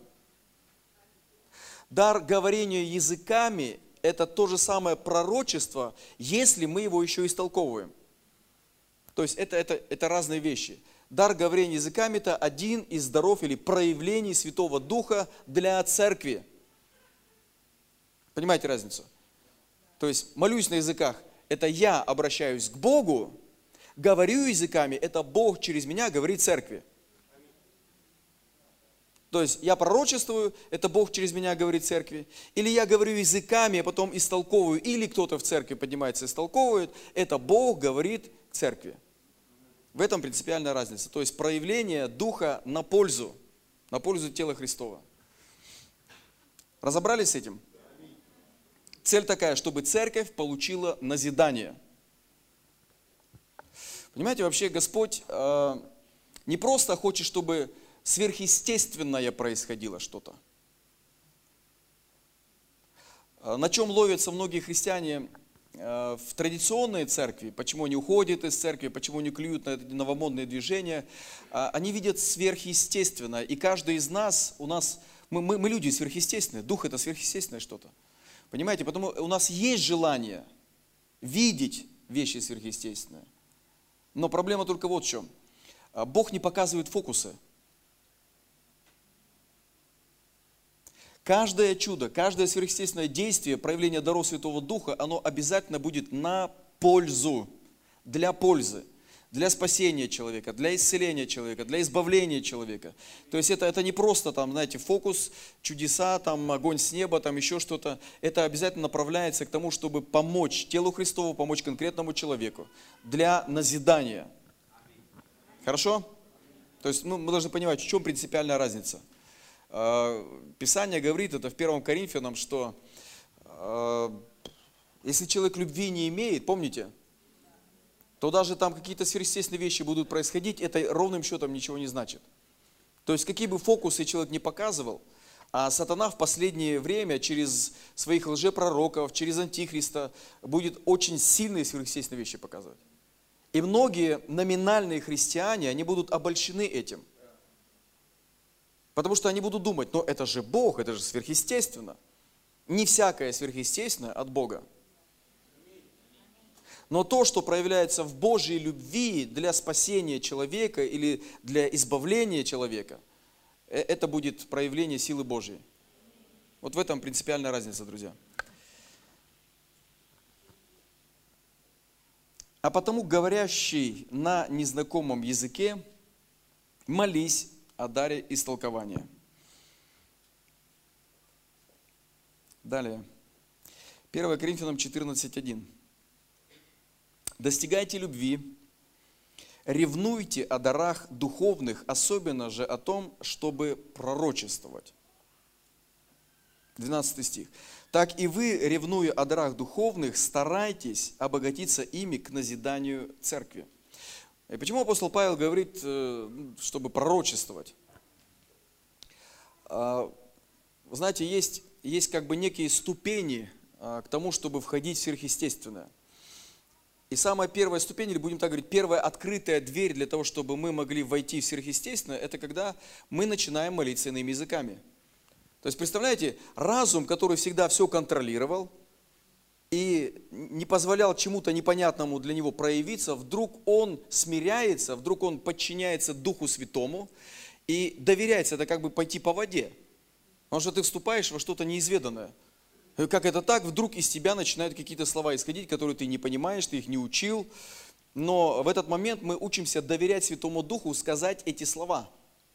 Дар говорения языками – это то же самое пророчество, если мы его еще истолковываем. То есть это, это, это разные вещи. Дар говорения языками – это один из даров или проявлений Святого Духа для церкви. Понимаете разницу? То есть молюсь на языках – это я обращаюсь к Богу, говорю языками – это Бог через меня говорит церкви. То есть я пророчествую, это Бог через меня говорит церкви. Или я говорю языками, а потом истолковываю, или кто-то в церкви поднимается и истолковывает, это Бог говорит церкви. В этом принципиальная разница. То есть проявление Духа на пользу, на пользу тела Христова. Разобрались с этим? Цель такая, чтобы церковь получила назидание. Понимаете, вообще Господь э, не просто хочет, чтобы сверхъестественное происходило что-то. На чем ловятся многие христиане в традиционной церкви, почему они уходят из церкви, почему они клюют на эти новомодные движения, они видят сверхъестественное. И каждый из нас, у нас, мы, мы, мы люди сверхъестественные, дух это сверхъестественное что-то. Понимаете, потому у нас есть желание видеть вещи сверхъестественные. Но проблема только вот в чем. Бог не показывает фокусы. Каждое чудо, каждое сверхъестественное действие, проявление даров Святого Духа, оно обязательно будет на пользу, для пользы, для спасения человека, для исцеления человека, для избавления человека. То есть это, это не просто там, знаете, фокус, чудеса, там, огонь с неба, там еще что-то. Это обязательно направляется к тому, чтобы помочь телу Христову, помочь конкретному человеку для назидания. Хорошо? То есть ну, мы должны понимать, в чем принципиальная разница. Писание говорит, это в первом Коринфянам, что э, если человек любви не имеет, помните, то даже там какие-то сверхъестественные вещи будут происходить, это ровным счетом ничего не значит. То есть какие бы фокусы человек не показывал, а сатана в последнее время через своих лжепророков, через антихриста будет очень сильные сверхъестественные вещи показывать. И многие номинальные христиане, они будут обольщены этим. Потому что они будут думать, но это же Бог, это же сверхъестественно. Не всякое сверхъестественное от Бога. Но то, что проявляется в Божьей любви для спасения человека или для избавления человека, это будет проявление силы Божьей. Вот в этом принципиальная разница, друзья. А потому говорящий на незнакомом языке, молись о даре истолкования. Далее. первое Коринфянам четырнадцать, один. Достигайте любви, ревнуйте о дарах духовных, особенно же о том, чтобы пророчествовать. двенадцатый стих. Так и вы, ревнуя о дарах духовных, старайтесь обогатиться ими к назиданию церкви. И почему апостол Павел говорит, чтобы пророчествовать? А, Знаете, есть, есть как бы некие ступени а, к тому, чтобы входить в сверхъестественное. И самая первая ступень, или будем так говорить, первая открытая дверь для того, чтобы мы могли войти в сверхъестественное, это когда мы начинаем молиться иными языками. То есть, представляете, разум, который всегда все контролировал и не позволял чему-то непонятному для него проявиться, вдруг он смиряется, вдруг он подчиняется Духу Святому и доверяется, это как бы пойти по воде. Потому что ты вступаешь во что-то неизведанное. И как это так, вдруг из тебя начинают какие-то слова исходить, которые ты не понимаешь, ты их не учил. Но в этот момент мы учимся доверять Святому Духу, сказать эти слова.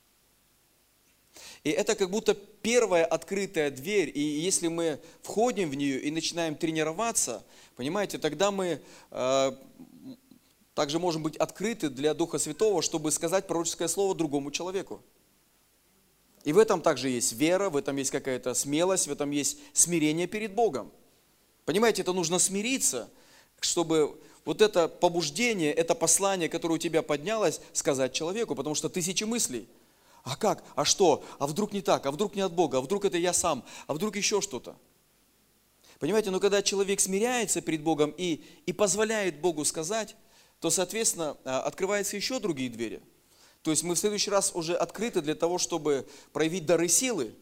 И это как будто первая открытая дверь. И если мы входим в нее и начинаем тренироваться, понимаете, тогда мы э, также можем быть открыты для Духа Святого, чтобы сказать пророческое слово другому человеку. И в этом также есть вера, в этом есть какая-то смелость, в этом есть смирение перед Богом. Понимаете, это нужно смириться, чтобы вот это побуждение, это послание, которое у тебя поднялось, сказать человеку, потому что тысячи мыслей. А как? А что? А вдруг не так? А вдруг не от Бога? А вдруг это я сам? А вдруг еще что-то? Понимаете, но когда человек смиряется перед Богом и, и позволяет Богу сказать, то, соответственно, открываются еще другие двери. То есть мы в следующий раз уже открыты для того, чтобы проявить дары силы.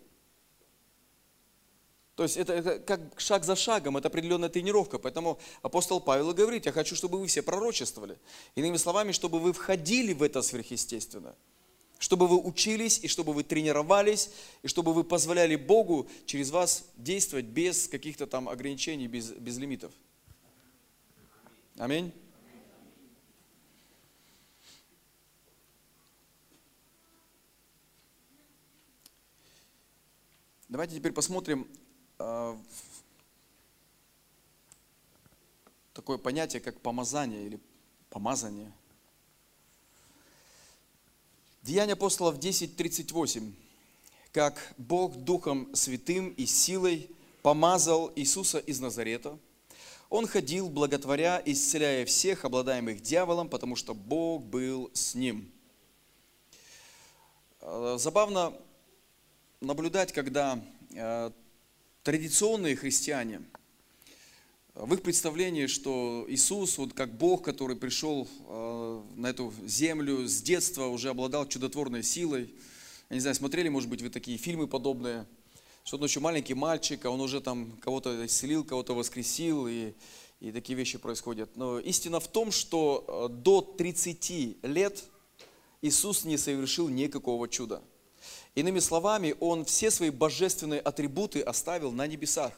То есть это, это как шаг за шагом, это определенная тренировка. Поэтому апостол Павел говорит, я хочу, чтобы вы все пророчествовали. Иными словами, чтобы вы входили в это сверхъестественное. Чтобы вы учились, и чтобы вы тренировались, и чтобы вы позволяли Богу через вас действовать без каких-то там ограничений, без, без лимитов. Аминь. Давайте теперь посмотрим э, такое понятие, как помазание или помазание. Деяния апостолов десять тридцать восемь. Как Бог Духом Святым и силой помазал Иисуса из Назарета, Он ходил, благотворя, исцеляя всех, обладаемых дьяволом, потому что Бог был с Ним. Э, забавно наблюдать, когда э, традиционные христиане, в их представлении, что Иисус, вот как Бог, который пришел э, на эту землю с детства, уже обладал чудотворной силой. Я не знаю, смотрели, может быть, вы такие фильмы подобные, что он еще маленький мальчик, а он уже там кого-то исцелил, кого-то воскресил, и, и такие вещи происходят. Но истина в том, что до тридцати лет Иисус не совершил никакого чуда. Иными словами, Он все свои божественные атрибуты оставил на небесах.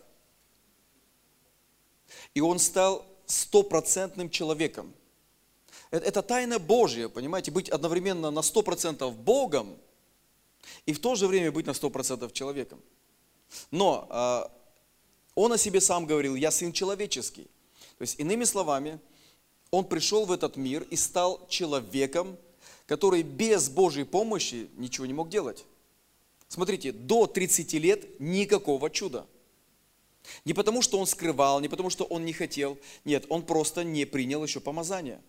И Он стал стопроцентным человеком. Это, это тайна Божья, понимаете, быть одновременно на сто процентов Богом и в то же время быть на сто процентов человеком. Но э, Он о себе сам говорил, я сын человеческий. То есть, иными словами, Он пришел в этот мир и стал человеком, который без Божьей помощи ничего не мог делать. Смотрите, до тридцати лет никакого чуда. Не потому, что он скрывал, не потому, что он не хотел. Нет, он просто не принял еще помазание.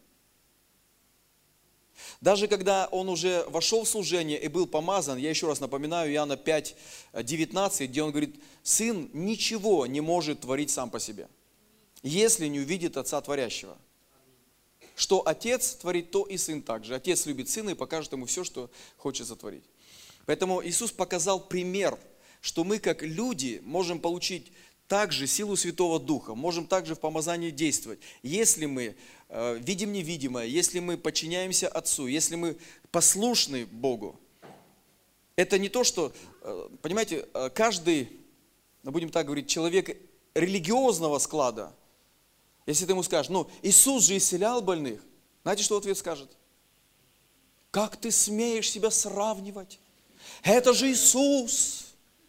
Даже когда он уже вошел в служение и был помазан, я еще раз напоминаю, Иоанна пять девятнадцать, где он говорит, сын ничего не может творить сам по себе, если не увидит Отца Творящего. Что Отец творит, то и Сын также. Отец любит Сына и покажет ему все, что хочет сотворить. Поэтому Иисус показал пример, что мы как люди можем получить также силу Святого Духа, можем также в помазании действовать, если мы э, видим невидимое, если мы подчиняемся Отцу, если мы послушны Богу. Это не то, что, э, понимаете, каждый, ну, будем так говорить, человек религиозного склада, если ты ему скажешь, ну, Иисус же исцелял больных, знаете, что ответ скажет? Как ты смеешь себя сравнивать? Это же Иисус!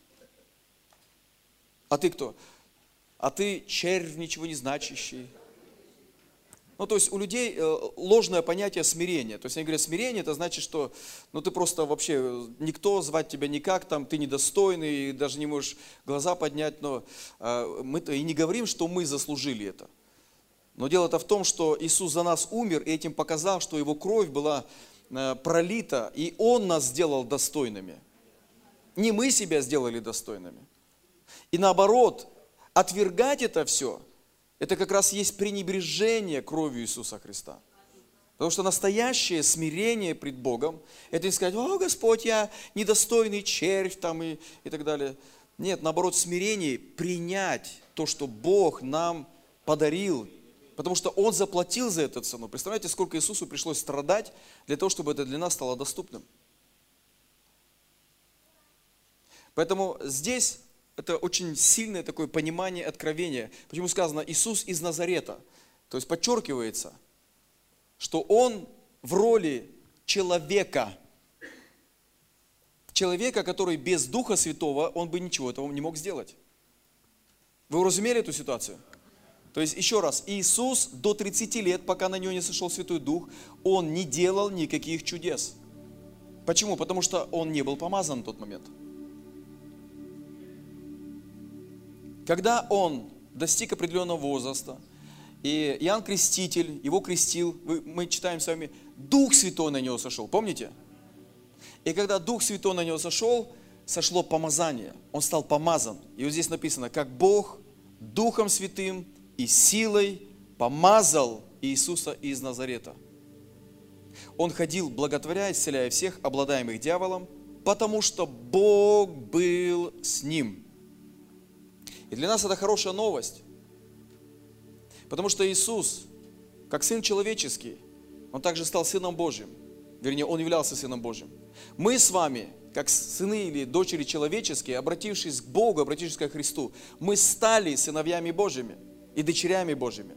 А ты кто? А ты червь, ничего не значащий. Ну, то есть у людей ложное понятие смирения. То есть они говорят, смирение, это значит, что ну, ты просто вообще, никто звать тебя никак, там, ты недостойный, даже не можешь глаза поднять. Но э, мы-то и не говорим, что мы заслужили это. Но дело-то в том, что Иисус за нас умер, и этим показал, что Его кровь была э, пролита, и Он нас сделал достойными. Не мы себя сделали достойными. И наоборот, отвергать это все, это как раз есть пренебрежение кровью Иисуса Христа. Потому что настоящее смирение пред Богом, это не сказать: о, Господь, я недостойный червь там и, и так далее. Нет, наоборот, смирение принять то, что Бог нам подарил, потому что Он заплатил за эту цену. Представляете, сколько Иисусу пришлось страдать для того, чтобы это для нас стало доступным. Поэтому здесь это очень сильное такое понимание, откровение. Почему сказано Иисус из Назарета? То есть подчеркивается, что Он в роли человека. Человека, который без Духа Святого, он бы ничего этого не мог сделать. Вы уразумели эту ситуацию? То есть, еще раз, Иисус до тридцати лет, пока на Него не сошел Святой Дух, Он не делал никаких чудес. Почему? Потому что Он не был помазан в тот момент. Когда Он достиг определенного возраста, и Иоанн Креститель Его крестил, мы читаем с вами, Дух Святой на Него сошел, помните? И когда Дух Святой на Него сошел, сошло помазание, Он стал помазан. И вот здесь написано, как Бог Духом Святым и силой помазал Иисуса из Назарета. Он ходил, благотворя, исцеляя всех, обладаемых дьяволом, потому что Бог был с ним. И для нас это хорошая новость, потому что Иисус, как Сын человеческий, Он также стал Сыном Божьим. Вернее, Он являлся Сыном Божьим. Мы с вами, как сыны или дочери человеческие, обратившись к Богу, обратившись ко Христу, мы стали сыновьями Божьими и дочерями Божьими.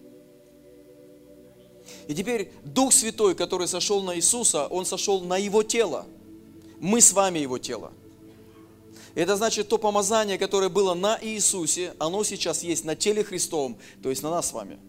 И теперь Дух Святой, который сошел на Иисуса, Он сошел на Его тело. Мы с вами Его тело. Это значит, то помазание, которое было на Иисусе, оно сейчас есть на теле Христовом, то есть на нас с вами.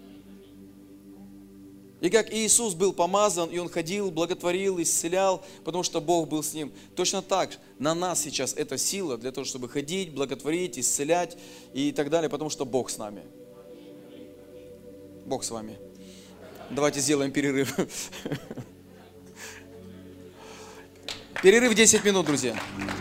И как Иисус был помазан, и Он ходил, благотворил, исцелял, потому что Бог был с Ним. Точно так на нас сейчас эта сила для того, чтобы ходить, благотворить, исцелять и так далее, потому что Бог с нами. Бог с вами. Давайте сделаем перерыв. Перерыв десять минут, друзья.